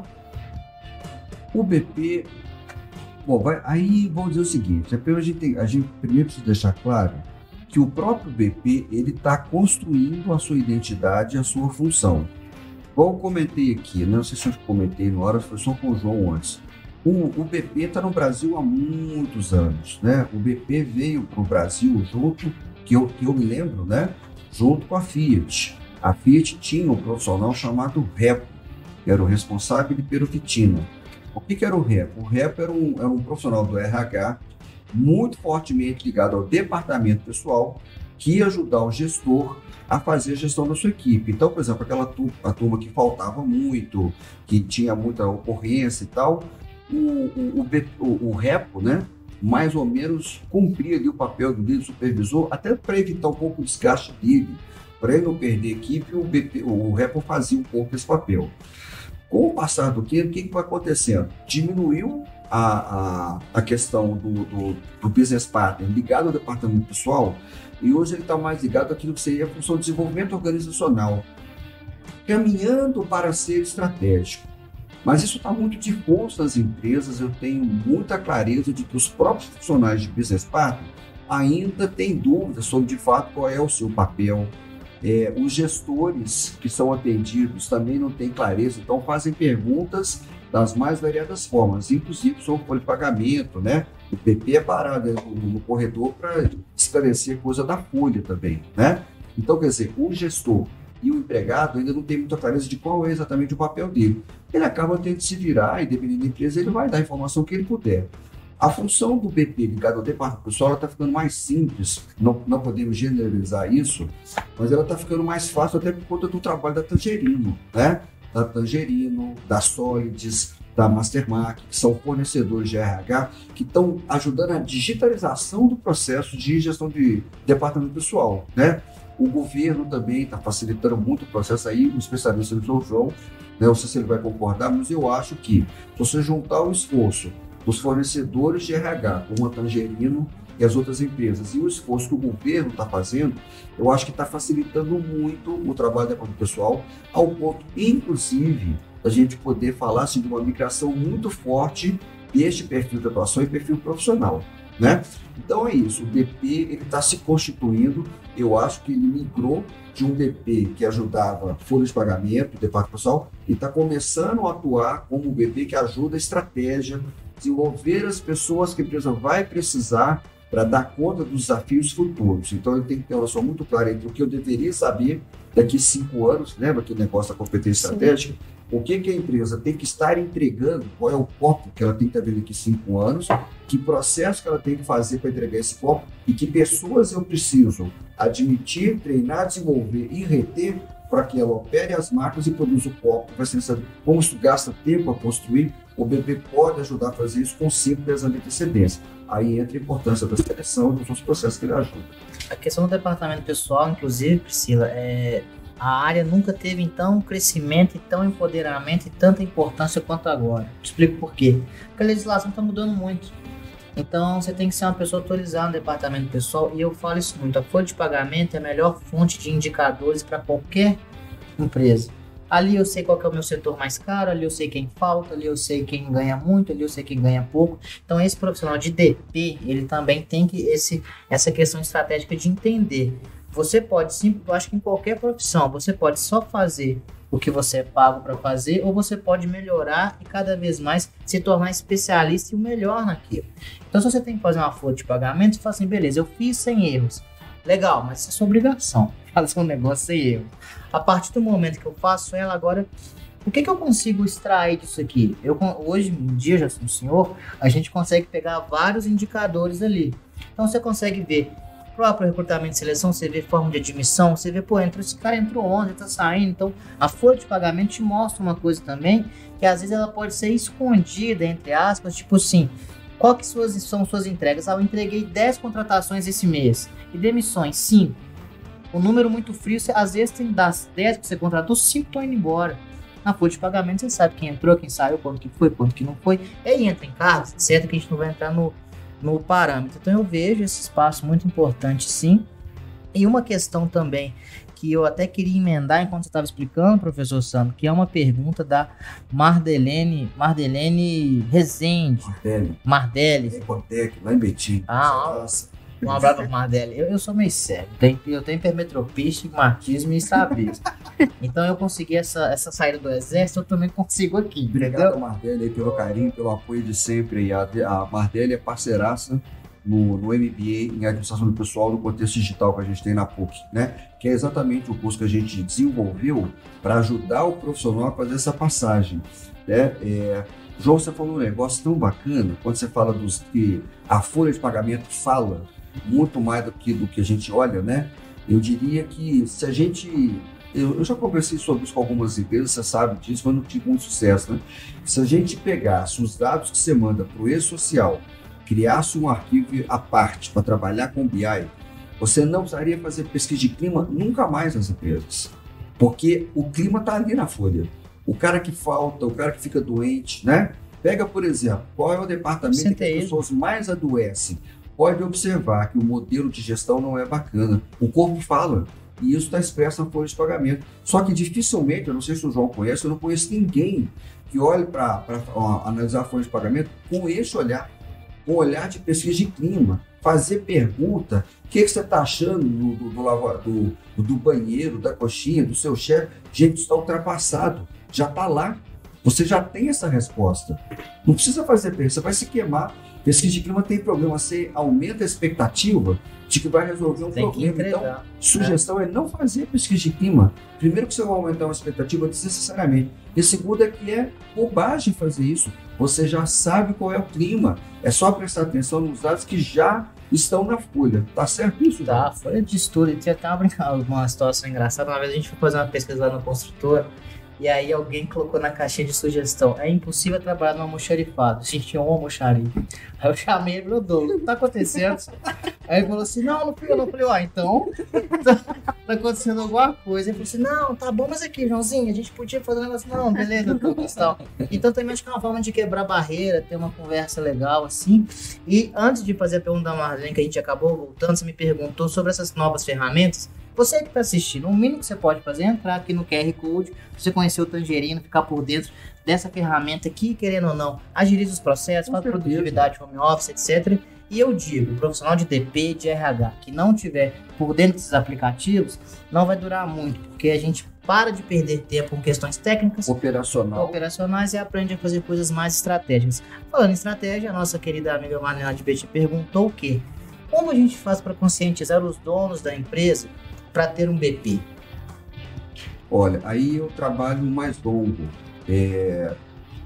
O B P... Bom, vai, aí vamos dizer o seguinte, a gente, tem, a gente primeiro precisa deixar claro que o próprio B P ele está construindo a sua identidade e a sua função. Igual eu comentei aqui, não sei se eu comentei na hora, foi só com o João antes. O, o B P está no Brasil há muitos anos, né? O B P veio para o Brasil junto, que eu, que eu me lembro, né? Junto com a Fiat. A Fiat tinha um profissional chamado Repo, que era o responsável de perofitina. O que, que era o Repo? O Repo era um, era um profissional do R H muito fortemente ligado ao departamento pessoal, que ia ajudar o gestor a fazer a gestão da sua equipe. Então, por exemplo, aquela turma, a turma que faltava muito, que tinha muita ocorrência e tal, o, o, o, o Repo, né, mais ou menos cumpria ali o papel do líder supervisor, até para evitar um pouco o desgaste dele, para ele não perder a equipe, o, B P, o Repo fazia um pouco esse papel. Com o passar do tempo, o que, que vai acontecendo? Diminuiu a, a, a questão do, do, do business partner ligado ao departamento pessoal, e hoje ele está mais ligado àquilo que seria a função de desenvolvimento organizacional, caminhando para ser estratégico. Mas isso está muito difuso nas empresas, eu tenho muita clareza de que os próprios funcionários de business partner ainda têm dúvidas sobre, de fato, qual é o seu papel, É, os gestores que são atendidos também não têm clareza, então fazem perguntas das mais variadas formas, inclusive sobre folha de pagamento, né? O P P é parado no, no corredor para esclarecer coisa da folha também, né? Então, quer dizer, o gestor e o empregado ainda não tem muita clareza de qual é exatamente o papel dele. Ele acaba tendo que se virar e, dependendo da empresa, ele vai dar a informação que ele puder. A função do B P ligado ao departamento pessoal está ficando mais simples, não, não podemos generalizar isso, mas ela está ficando mais fácil até por conta do trabalho da Tangerino, né? Da Tangerino, da Solids, da Mastermark, que são fornecedores de R H, que estão ajudando a digitalização do processo de gestão de departamento pessoal, né? O governo também está facilitando muito o processo aí, o especialista do João, né? Não sei se ele vai concordar, mas eu acho que se você juntar o esforço dos fornecedores de R H, como a Tangerino e as outras empresas, e o esforço que o governo está fazendo, eu acho que está facilitando muito o trabalho do departamento pessoal, ao ponto, inclusive, a gente poder falar assim, de uma migração muito forte deste perfil de atuação e perfil profissional, né? Então é isso, o B P está se constituindo, eu acho que ele migrou de um B P que ajudava folha de pagamento, departamento pessoal, e está começando a atuar como um B P que ajuda a estratégia, desenvolver as pessoas que a empresa vai precisar para dar conta dos desafios futuros. Então ele tem que ter uma noção muito clara entre o que eu deveria saber daqui a cinco anos, lembra aquele negócio da competência Sim. estratégica? O que, que a empresa tem que estar entregando, qual é o copo que ela tem que estar vendo daqui a cinco anos, que processo que ela tem que fazer para entregar esse copo e que pessoas eu preciso admitir, treinar, desenvolver e reter para que ela opere as máquinas e produza o copo. Vai ser saber como isso gasta tempo a construir. O B P pode ajudar a fazer isso com cinco, dez anos de antecedência. Aí entra a importância da seleção e dos outros processos que ele ajuda. A questão do departamento pessoal, inclusive, Priscila, é... a área nunca teve, então, crescimento e tão empoderamento e tanta importância quanto agora. Te explico por quê. Porque a legislação está mudando muito. Então, você tem que ser uma pessoa autorizada no departamento pessoal, e eu falo isso muito. A folha de pagamento é a melhor fonte de indicadores para qualquer empresa. Ali eu sei qual que é o meu setor mais caro, ali eu sei quem falta, ali eu sei quem ganha muito, ali eu sei quem ganha pouco. Então, esse profissional de D P, ele também tem que esse, essa questão estratégica de entender. Você pode, sim, eu acho que em qualquer profissão, você pode só fazer o que você é pago para fazer, ou você pode melhorar e cada vez mais se tornar especialista e o melhor naquilo. Então, se você tem que fazer uma folha de pagamento, você fala assim, beleza, eu fiz sem erros. Legal, mas isso é sua obrigação, fazer um negócio sem erro. A partir do momento que eu faço ela, agora, o que, que eu consigo extrair disso aqui? Eu, hoje em dia, já sou um senhor, a gente consegue pegar vários indicadores ali. Então, você consegue ver próprio recrutamento e seleção, você vê forma de admissão, você vê, pô, entrou, esse cara entrou ontem, tá saindo. Então, a folha de pagamento te mostra uma coisa também, que às vezes ela pode ser escondida, entre aspas, tipo assim, qual que suas, são suas entregas? Ah, eu entreguei dez contratações esse mês, e demissões, cinco. O número muito frio, você, às vezes tem das dez que você contratou, cinco estão indo embora. Na folha de pagamento, você sabe quem entrou, quem saiu, quanto que foi, quanto que não foi. E aí entra em cargos, certo que a gente não vai entrar no no parâmetro. Então eu vejo esse espaço muito importante, sim. E uma questão também que eu até queria emendar enquanto você estava explicando, professor Sandro, que é uma pergunta da Mardelene, Mardelene Rezende. Mardelli. Mardelli. Ecotec, lá em Betim. Ah, nossa. Um abraço para Mardelli. Eu, eu sou meio cego. Tenho, eu tenho hipermetropia, estigmatismo e estrabismo. Então eu consegui essa, essa saída do exército, eu também consigo aqui. Obrigado, Mardelli, aí, pelo carinho, pelo apoio de sempre. A, a Mardelli é parceiraça no, no M B A em Administração do Pessoal no contexto digital que a gente tem na P U C, né? Que é exatamente o curso que a gente desenvolveu para ajudar o profissional a fazer essa passagem, né? É, João, você falou um negócio tão bacana quando você fala dos que a folha de pagamento fala muito mais do que, do que a gente olha, né? Eu diria que se a gente... Eu, eu já conversei sobre isso com algumas empresas, você sabe disso, mas não tive muito sucesso, né? Se a gente pegasse os dados que você manda para o e-social, criasse um arquivo à parte para trabalhar com B I, você não precisaria fazer pesquisa de clima nunca mais nas empresas, porque o clima está ali na folha. O cara que falta, o cara que fica doente, né? Pega, por exemplo, qual é o departamento que as pessoas mais adoecem? Pode observar que o modelo de gestão não é bacana. O corpo fala, e isso está expresso na folha de pagamento. Só que dificilmente, eu não sei se o João conhece, eu não conheço ninguém que olhe para analisar a folha de pagamento com esse olhar. com olhar de pesquisa de clima, fazer pergunta, o que, que você está achando do, do, do, do, do banheiro, da coxinha, do seu chefe? Gente, isso está ultrapassado, já está lá, você já tem essa resposta. Não precisa fazer pergunta, você vai se queimar. Pesquisa de clima tem problema, você aumenta a expectativa de que vai resolver um tem problema. Então, sugestão é. é não fazer pesquisa de clima. Primeiro que você vai aumentar uma expectativa desnecessariamente. E segundo é que é bobagem fazer isso. Você já sabe qual é o clima. É só prestar atenção nos dados que já estão na folha. Tá certo isso? Tá, folha de estudo. E tinha até uma, uma situação engraçada. Uma vez a gente foi fazer uma pesquisa lá no construtor. E aí alguém colocou na caixinha de sugestão: é impossível trabalhar no almoxarifado. A gente tinha um almoxarife. Aí eu chamei ele e falei: o que tá acontecendo? Aí ele falou assim: não, não fui eu não. Eu falei: ó, então tá, tá acontecendo alguma coisa. Ele falou assim: não, tá bom, mas aqui, Joãozinho, a gente podia fazer um negócio. Não, beleza, doutor. Então também acho que é uma forma de quebrar barreira, ter uma conversa legal assim. E antes de fazer a pergunta da Marlene, que a gente acabou voltando, você me perguntou sobre essas novas ferramentas. Você que está assistindo, o mínimo que você pode fazer é entrar aqui no Q R Code, você conhecer o Tangerino, ficar por dentro dessa ferramenta aqui, querendo ou não, agiliza os processos, faz produtividade, home office, etcétera. E eu digo, o profissional de T P, de R H, que não tiver por dentro desses aplicativos, não vai durar muito, porque a gente para de perder tempo com questões técnicas, Operacional. operacionais e aprende a fazer coisas mais estratégicas. Falando em estratégia, a nossa querida amiga Marlene de B T perguntou o quê? Como a gente faz para conscientizar os donos da empresa para ter um B P? Olha, aí eu trabalho mais longo. É,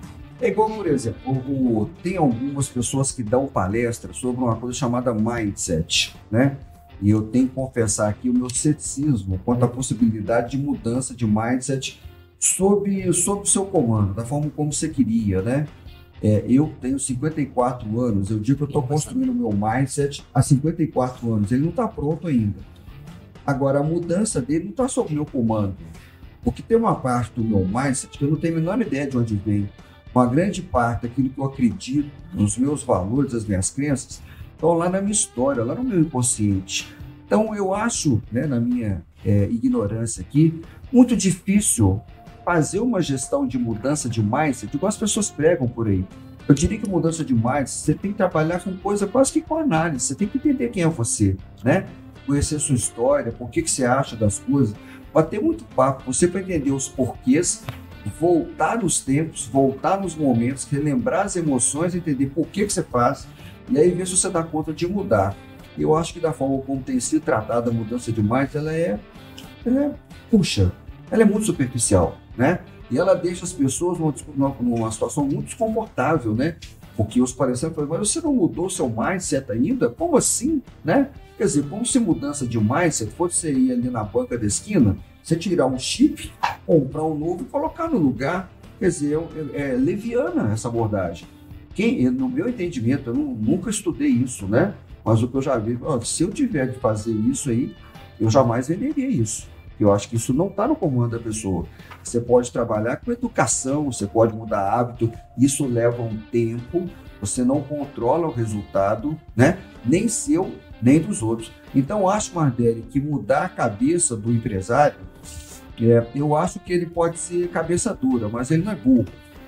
é igual, por exemplo, o, o, tem algumas pessoas que dão palestra sobre uma coisa chamada mindset, né? E eu tenho que confessar aqui o meu ceticismo quanto à possibilidade de mudança de mindset sob, sob o seu comando, da forma como você queria, né? É, eu tenho cinquenta e quatro anos, eu digo que eu estou construindo o meu mindset há cinquenta e quatro anos, ele não está pronto ainda. Agora, a mudança dele não está sob meu comando, porque tem uma parte do meu mindset que eu não tenho a menor ideia de onde vem. Uma grande parte daquilo que eu acredito, nos meus valores, das minhas crenças, estão lá na minha história, lá no meu inconsciente. Então, eu acho, né, na minha é, ignorância aqui, muito difícil fazer uma gestão de mudança de mindset, igual as pessoas pregam por aí. Eu diria que mudança de mindset, você tem que trabalhar com coisa quase que com análise, você tem que entender quem é você, né? Conhecer sua história, por que, que você acha das coisas, bater muito papo, você para entender os porquês, voltar nos tempos, voltar nos momentos, relembrar as emoções, entender por que, que você faz, e aí ver se você dá conta de mudar. Eu acho que da forma como tem sido tratada a mudança de mindset, ela é, ela é, puxa, ela é muito superficial, né? E ela deixa as pessoas numa, numa situação muito desconfortável, né? Porque os palestrantes falam: mas você não mudou o seu mindset ainda? Como assim, né? Quer dizer, como se mudança de mindset fosse você ir ali na banca da esquina, você tirar um chip, comprar um novo e colocar no lugar. Quer dizer, é, é leviana essa abordagem. Quem, no meu entendimento, eu não, nunca estudei isso, né? Mas o que eu já vi, ó, se eu tiver de fazer isso aí, eu jamais venderia isso. Eu acho que isso não está no comando da pessoa. Você pode trabalhar com educação, você pode mudar hábito, isso leva um tempo, você não controla o resultado, né? Nem seu, nem dos outros. Então, eu acho, Mardelli, que mudar a cabeça do empresário, é, eu acho que ele pode ser cabeça dura, mas ele não é burro.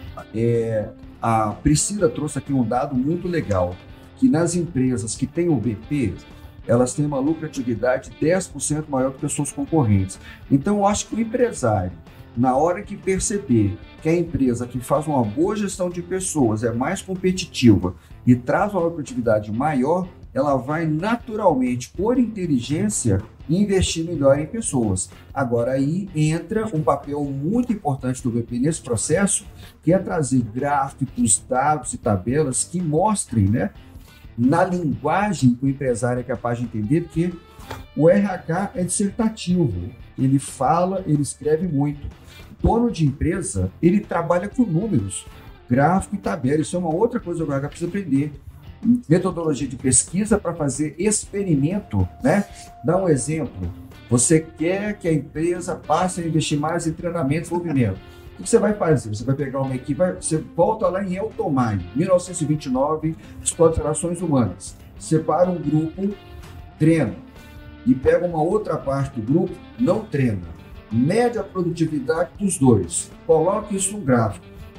É, a Priscila trouxe aqui um dado muito legal, que nas empresas que têm o B P, elas têm uma lucratividade dez por cento maior que as suas concorrentes. Então, eu acho que o empresário, na hora que perceber que a empresa que faz uma boa gestão de pessoas é mais competitiva e traz uma lucratividade maior, ela vai naturalmente, por inteligência, investir melhor em pessoas. Agora, aí entra um papel muito importante do B P nesse processo, que é trazer gráficos, dados e tabelas que mostrem, né, na linguagem que o empresário é capaz de entender, porque o R H é dissertativo, ele fala, ele escreve muito. O dono de empresa, ele trabalha com números, gráfico e tabela, isso é uma outra coisa que o R H precisa aprender. Metodologia de pesquisa para fazer experimento, né? Dá um exemplo, você quer que a empresa passe a investir mais em treinamento e desenvolvimento. O que você vai fazer? Você vai pegar uma equipe, vai, você volta lá em Eltomai, mil novecentos e vinte e nove, Escola de Relações Humanas. Separa um grupo, treina. E pega uma outra parte do grupo, não treina. Mede a produtividade dos dois. Coloque isso no gráfico.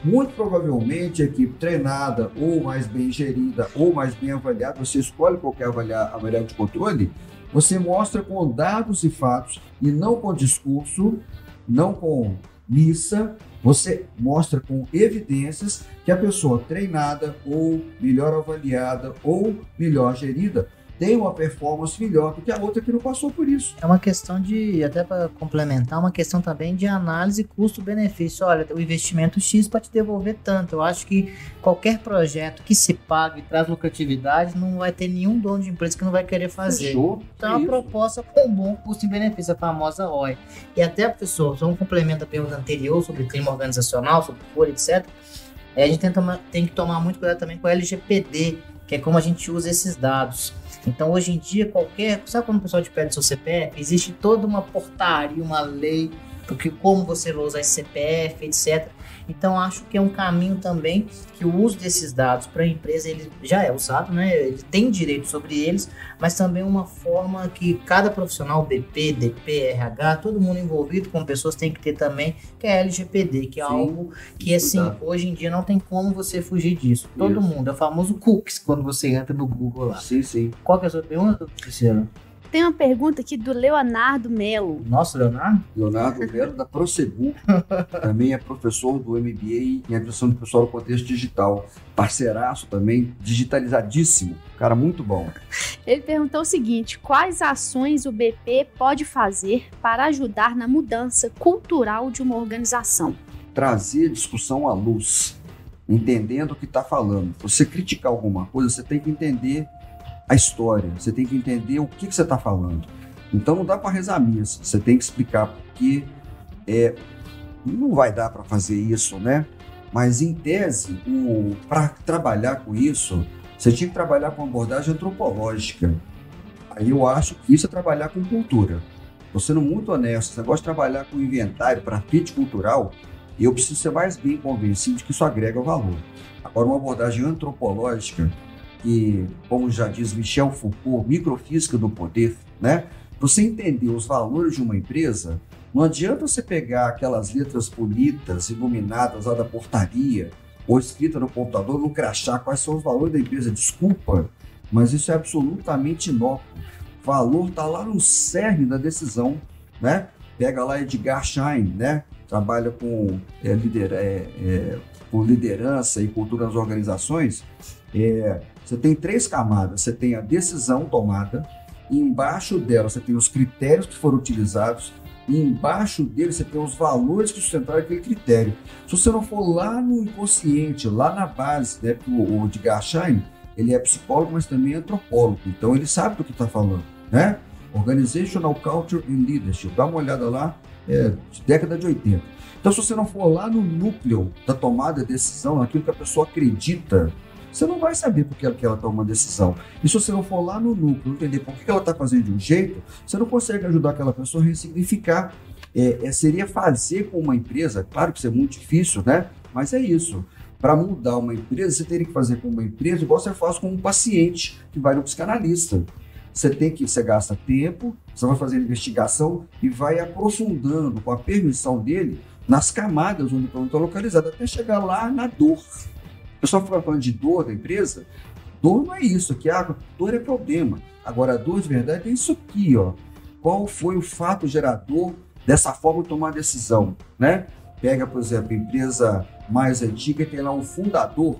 Muito provavelmente a equipe treinada, ou mais bem gerida, ou mais bem avaliada, você escolhe qual que é avaliar, a variável de controle, você mostra com dados e fatos, e não com discurso, não com missa, você mostra com evidências que a pessoa treinada, ou melhor avaliada, ou melhor gerida, tem uma performance melhor do que a outra que não passou por isso. É uma questão de, até para complementar, uma questão também de análise custo-benefício. Olha, o investimento X para te devolver tanto. Eu acho que qualquer projeto que se pague e traz lucratividade, não vai ter nenhum dono de empresa que não vai querer fazer. Fechou? Então é uma proposta com bom custo-benefício, a famosa R O I. E até, professor, só um complemento à pergunta anterior sobre clima organizacional, sobre folha, etcétera. É, a gente tem, toma, tem que tomar muito cuidado também com o L G P D, que é como a gente usa esses dados. Então, hoje em dia, qualquer... Sabe quando o pessoal te pede seu C P F? Existe toda uma portaria, uma lei, porque como você vai usar esse C P F, etcétera. Então, acho que é um caminho também que o uso desses dados para a empresa ele já é usado, né? Ele tem direito sobre eles, mas também uma forma que cada profissional, B P, D P, R H, todo mundo envolvido com pessoas tem que ter também, que é L G P D, que é Sim, algo que, assim, cuidado. Hoje em dia não tem como você fugir disso. Todo Isso. mundo, é o famoso cookies quando você entra no Google lá. Sim, sim. Qual que é a sua pergunta, Priscila? Tem uma pergunta aqui do Leonardo Melo. Nossa, Leonardo? Leonardo Melo, da Prosegur. Também é professor do M B A em Administração do Pessoal no Contexto Digital. Parceiraço também, digitalizadíssimo. Cara, muito bom. Ele perguntou o seguinte: quais ações o B P pode fazer para ajudar na mudança cultural de uma organização? Trazer discussão à luz, entendendo o que está falando. Você criticar alguma coisa, você tem que entender a história, você tem que entender o que, que você está falando. Então não dá para rezar missa, você tem que explicar porque é, não vai dar para fazer isso, né? Mas em tese, para trabalhar com isso, você tinha que trabalhar com abordagem antropológica. Aí eu acho que isso é trabalhar com cultura. Tô sendo muito honesto, você gosta de trabalhar com inventário para fit cultural, eu preciso ser mais bem convencido de que isso agrega valor. Agora, uma abordagem antropológica, que, como já diz Michel Foucault, microfísica do poder, né? Você entender os valores de uma empresa, não adianta você pegar aquelas letras bonitas, iluminadas lá da portaria, ou escrita no computador, no crachá, quais são os valores da empresa. Desculpa, mas isso é absolutamente inócuo. O valor está lá no cerne da decisão, né? Pega lá Edgar Schein, né? Trabalha com, é, lider, é, é, com liderança e cultura nas organizações. É, você tem três camadas. Você tem a decisão tomada, e embaixo dela você tem os critérios que foram utilizados, e embaixo dele você tem os valores que sustentaram aquele critério. Se você não for lá no inconsciente, lá na base, né, porque o Edgar Schein, ele é psicólogo, mas também é antropólogo, então ele sabe do que está falando, né? Organizational Culture and Leadership, dá uma olhada lá, é, de década de oitenta. Então, se você não for lá no núcleo da tomada de decisão, naquilo que a pessoa acredita, você não vai saber por que ela, que ela toma uma decisão. E se você não for lá no núcleo, entender por que ela está fazendo de um jeito, você não consegue ajudar aquela pessoa a ressignificar. É, é, seria fazer com uma empresa, claro que isso é muito difícil, né? Mas é isso. Para mudar uma empresa, você teria que fazer com uma empresa igual você faz com um paciente que vai no psicanalista. Você tem que, você gasta tempo, você vai fazer investigação e vai aprofundando com a permissão dele nas camadas onde o problema está localizado, até chegar lá na dor. O pessoal fica falando de dor da empresa. Dor não é isso, que a dor é problema. Agora, a dor de verdade é isso aqui, ó. Qual foi o fato gerador dessa forma de tomar a decisão, né? Pega, por exemplo, a empresa mais antiga, tem lá um fundador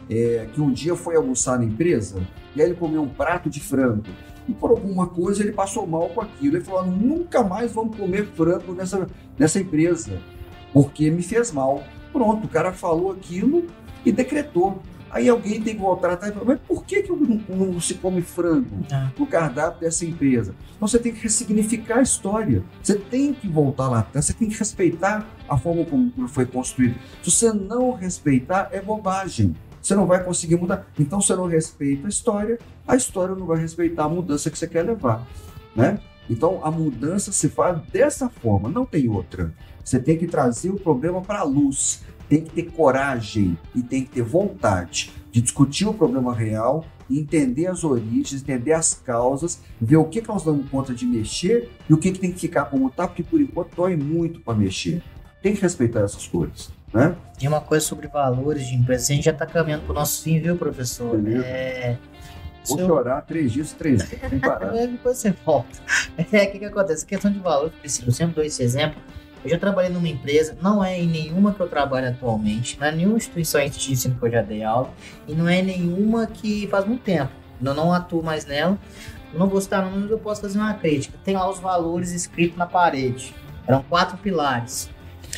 é, que um dia foi almoçar na empresa e aí ele comeu um prato de frango. E por alguma coisa ele passou mal com aquilo. Ele falou, nunca mais vamos comer frango nessa, nessa empresa, porque me fez mal. Pronto, o cara falou aquilo e decretou. Aí alguém tem que voltar atrás e falar, mas por que, que não, não se come frango no cardápio dessa empresa? Então você tem que ressignificar a história. Você tem que voltar lá atrás, você tem que respeitar a forma como foi construído. Se você não respeitar, é bobagem. Você não vai conseguir mudar. Então, se você não respeita a história, a história não vai respeitar a mudança que você quer levar, né? Então, a mudança se faz dessa forma, não tem outra. Você tem que trazer o problema para a luz, tem que ter coragem e tem que ter vontade de discutir o problema real, entender as origens, entender as causas, ver o que, que nós damos conta de mexer e o que, que tem que ficar como está, porque por enquanto dói muito para mexer. Tem que respeitar essas coisas. né? E uma coisa sobre valores de empresa, a gente já está caminhando para o nosso fim, viu, professor? Beleza. É... Vou Seu- chorar três dias, três dias, sem parar. É, depois você volta. É, o que que acontece? A questão de valor, Priscila, eu sempre dou esse exemplo. Eu já trabalhei numa empresa, não é em nenhuma que eu trabalho atualmente, não é nenhuma instituição de ensino que eu já dei aula, e não é nenhuma que faz muito tempo. Eu não atuo mais nela, não vou citar nomes, mas eu posso fazer uma crítica. Tem lá os valores escritos na parede. Eram quatro pilares.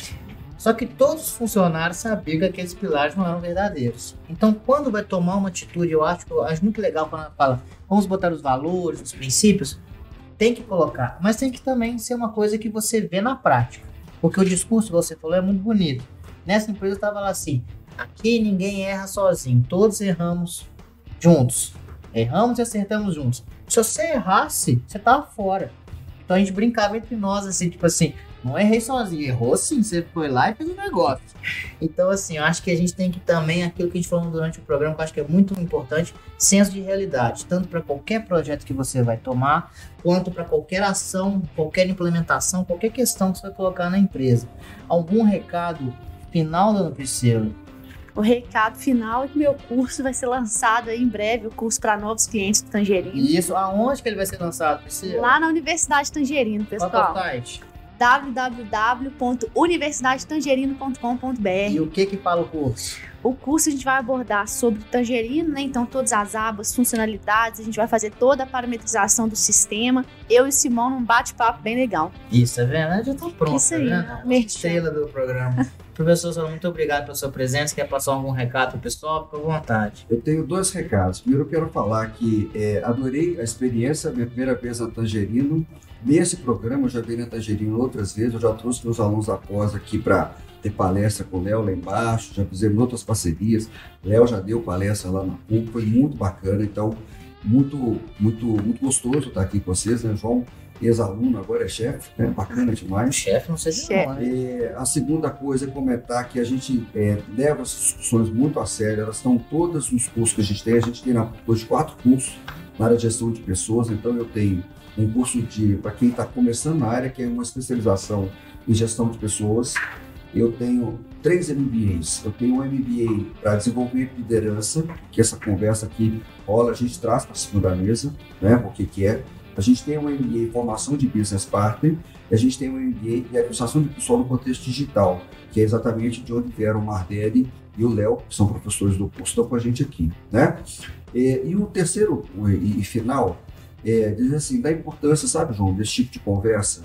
Só que todos os funcionários sabiam que aqueles pilares não eram verdadeiros. Então, quando vai tomar uma atitude, eu acho, eu acho muito legal quando ela fala, vamos botar os valores, os princípios, tem que colocar. Mas tem que também ser uma coisa que você vê na prática. Porque o discurso que você falou é muito bonito. Nessa empresa eu estava lá assim, aqui ninguém erra sozinho, todos erramos juntos. Erramos e acertamos juntos. Se você errasse, você tava fora. Então a gente brincava entre nós, assim, tipo assim, não errei sozinho, errou sim, você foi lá e fez um negócio. Então, assim, eu acho que a gente tem que também, aquilo que a gente falou durante o programa, que eu acho que é muito importante, senso de realidade, tanto para qualquer projeto que você vai tomar, quanto para qualquer ação, qualquer implementação, qualquer questão que você vai colocar na empresa. Algum recado final, dona Priscila? O recado final é que meu curso vai ser lançado aí em breve, o curso para novos clientes do Tangerino. E isso, aonde que ele vai ser lançado, Priscila? Lá na Universidade Tangerino, Qual que é o pessoal. site? w w w ponto universidade tangerino ponto com ponto b r. E o que que fala o curso? O curso a gente vai abordar sobre o Tangerino, né? Então todas as abas, funcionalidades, a gente vai fazer toda a parametrização do sistema. Eu e o Simão num bate-papo bem legal. Isso, tá vendo? Já tô pronto, Isso aí, tá vendo? merchan. Estrela do programa. Professor, Solon, muito obrigado pela sua presença. Quer passar algum recado pro pessoal? Fica à vontade. Eu tenho dois recados. Primeiro, eu quero falar que é, adorei a experiência, minha primeira vez na Tangerino. Nesse programa, eu já veio na Tangerino outras vezes, eu já trouxe meus alunos após aqui para ter palestra com o Léo lá embaixo, já fizemos outras parcerias. O Léo já deu palestra lá na P U C, foi muito bacana, então, muito, muito, muito gostoso estar aqui com vocês, né, João? Ex-aluno, agora é chefe, né? Bacana O demais. chefe, não sei se Chefe. não, né? É, a segunda coisa é comentar que a gente é, leva essas discussões muito a sério, elas estão todas nos cursos que a gente tem, a gente tem na, hoje quatro cursos na área de gestão de pessoas, então eu tenho um curso de para quem está começando na área, que é uma especialização em gestão de pessoas. Eu tenho três M B As. Eu tenho um M B A para desenvolvimento de liderança, que essa conversa aqui rola, a gente traz para cima da mesa, né? O que, que é. A gente tem um M B A em formação de business partner, e a gente tem um M B A em administração de pessoal no contexto digital, que é exatamente de onde vieram o Mardelli e o Léo, que são professores do curso, estão com a gente aqui, né? E, e o terceiro e, e final é dizer assim, da importância, sabe, João, desse tipo de conversa.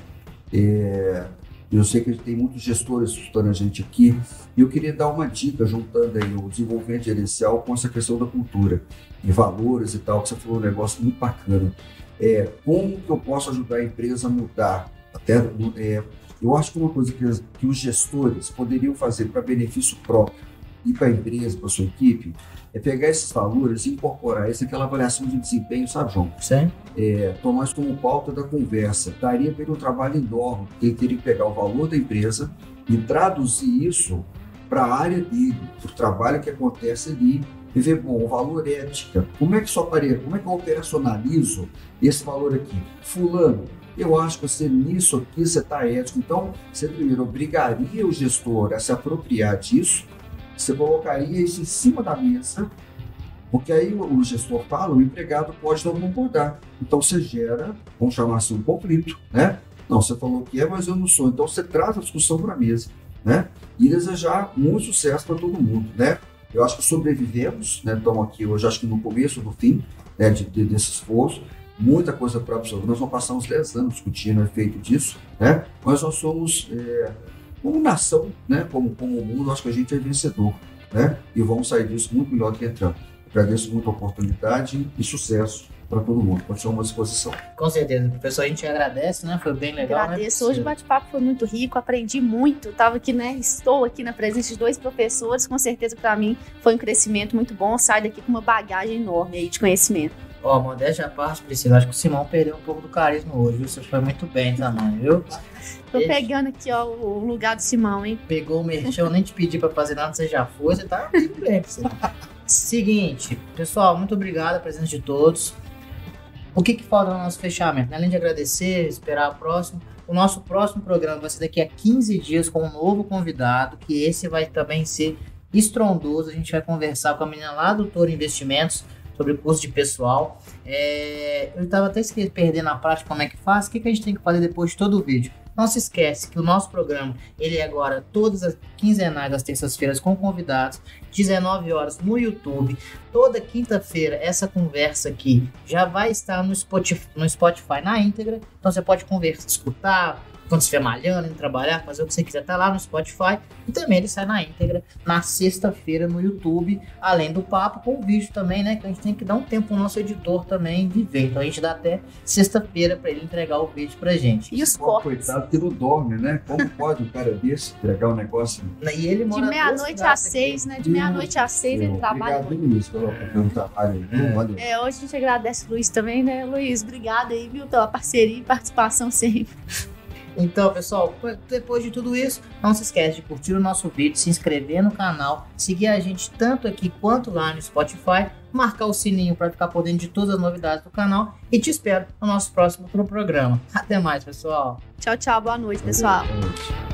É, eu sei que tem muitos gestores escutando a gente aqui, e eu queria dar uma dica, juntando aí o desenvolvimento gerencial com essa questão da cultura, e valores e tal, que você falou um negócio muito bacana. É, como que eu posso ajudar a empresa a mudar? Até, é, eu acho que uma coisa que, que os gestores poderiam fazer para benefício próprio e para a empresa, para a sua equipe, é pegar esses valores e incorporar isso naquela avaliação de desempenho, sabe, João? Sim. É, tomar isso como pauta da conversa. Daria para ele um trabalho enorme, porque ele teria que pegar o valor da empresa e traduzir isso para a área dele, para o trabalho que acontece ali, e ver, bom, o valor ética, como é que isso aparece, como é que eu operacionalizo esse valor aqui? Fulano, eu acho que você nisso aqui você está ético, então você primeiro obrigaria o gestor a se apropriar disso, você colocaria isso em cima da mesa, porque aí o gestor fala, o empregado pode não concordar. Então você gera, vamos chamar assim, um conflito, né? Não, você falou que é, mas eu não sou. Então você traz a discussão para a mesa, né? E desejar muito sucesso para todo mundo, né? Eu acho que sobrevivemos, né? Estamos aqui hoje, acho que no começo do fim, né? de, de, desse esforço. Muita coisa para absorver. Nós vamos passar uns dez anos discutindo o efeito disso, né? Mas nós somos... É, como nação, né, como, como o mundo, acho que a gente é vencedor, né, e vamos sair disso muito melhor do que entramos. Agradeço muito a oportunidade e sucesso para todo mundo. Continua à disposição. Com certeza, professor, a gente agradece, né? Foi bem legal. Agradeço. Né, Hoje o bate-papo foi muito rico, aprendi muito. Tava aqui, né? Estou aqui na presença de dois professores. Com certeza, para mim, foi um crescimento muito bom. Saio daqui com uma bagagem enorme aí de conhecimento. Ó, modéstia à parte, Priscila, acho que o Simão perdeu um pouco do carisma hoje, viu? Você foi muito bem também, viu? Tô Ele pegando aqui, ó, o lugar do Simão, hein? Pegou o merchan, eu nem te pedi pra fazer nada, você já foi, você tá muito bem, Priscila. Seguinte, pessoal, muito obrigado a presença de todos. O que, que falta no nosso fechamento? Além de agradecer, esperar o próximo, o nosso próximo programa vai ser daqui a quinze dias com um novo convidado, que esse vai também ser estrondoso. A gente vai conversar com a menina lá do Toro Investimentos sobre o curso de pessoal. É, eu estava até esquecendo, perdendo na prática como é que faz. O que, que a gente tem que fazer depois de todo o vídeo? Não se esquece que o nosso programa, ele é agora todas as quinzenais, às terças-feiras, com convidados, dezenove horas no YouTube. Toda quinta-feira, essa conversa aqui já vai estar no Spotify, no Spotify na íntegra. Então você pode conversar, escutar, quando estiver malhando, indo trabalhar, fazer o que você quiser, tá lá no Spotify. E também ele sai na íntegra na sexta-feira no YouTube, além do papo com o vídeo também, né? Que a gente tem que dar um tempo pro nosso editor também viver. Então a gente dá até sexta-feira para ele entregar o vídeo pra gente. E os Pô, cortes? coitado que não dorme, né? Como pode um cara desse entregar um negócio? E ele mora De meia-noite às seis, né? De meia-noite às seis ele trabalha. Obrigado, Luiz, pelo pelo trabalho. É. Valeu. É, hoje a gente agradece o Luiz também, né? Luiz, obrigado aí, viu, pela parceria e participação sempre. Então, pessoal, depois de tudo isso, não se esquece de curtir o nosso vídeo, se inscrever no canal, seguir a gente tanto aqui quanto lá no Spotify, marcar o sininho para ficar por dentro de todas as novidades do canal e te espero no nosso próximo programa. Até mais, pessoal. Tchau, tchau, boa noite, pessoal. Valeu, gente.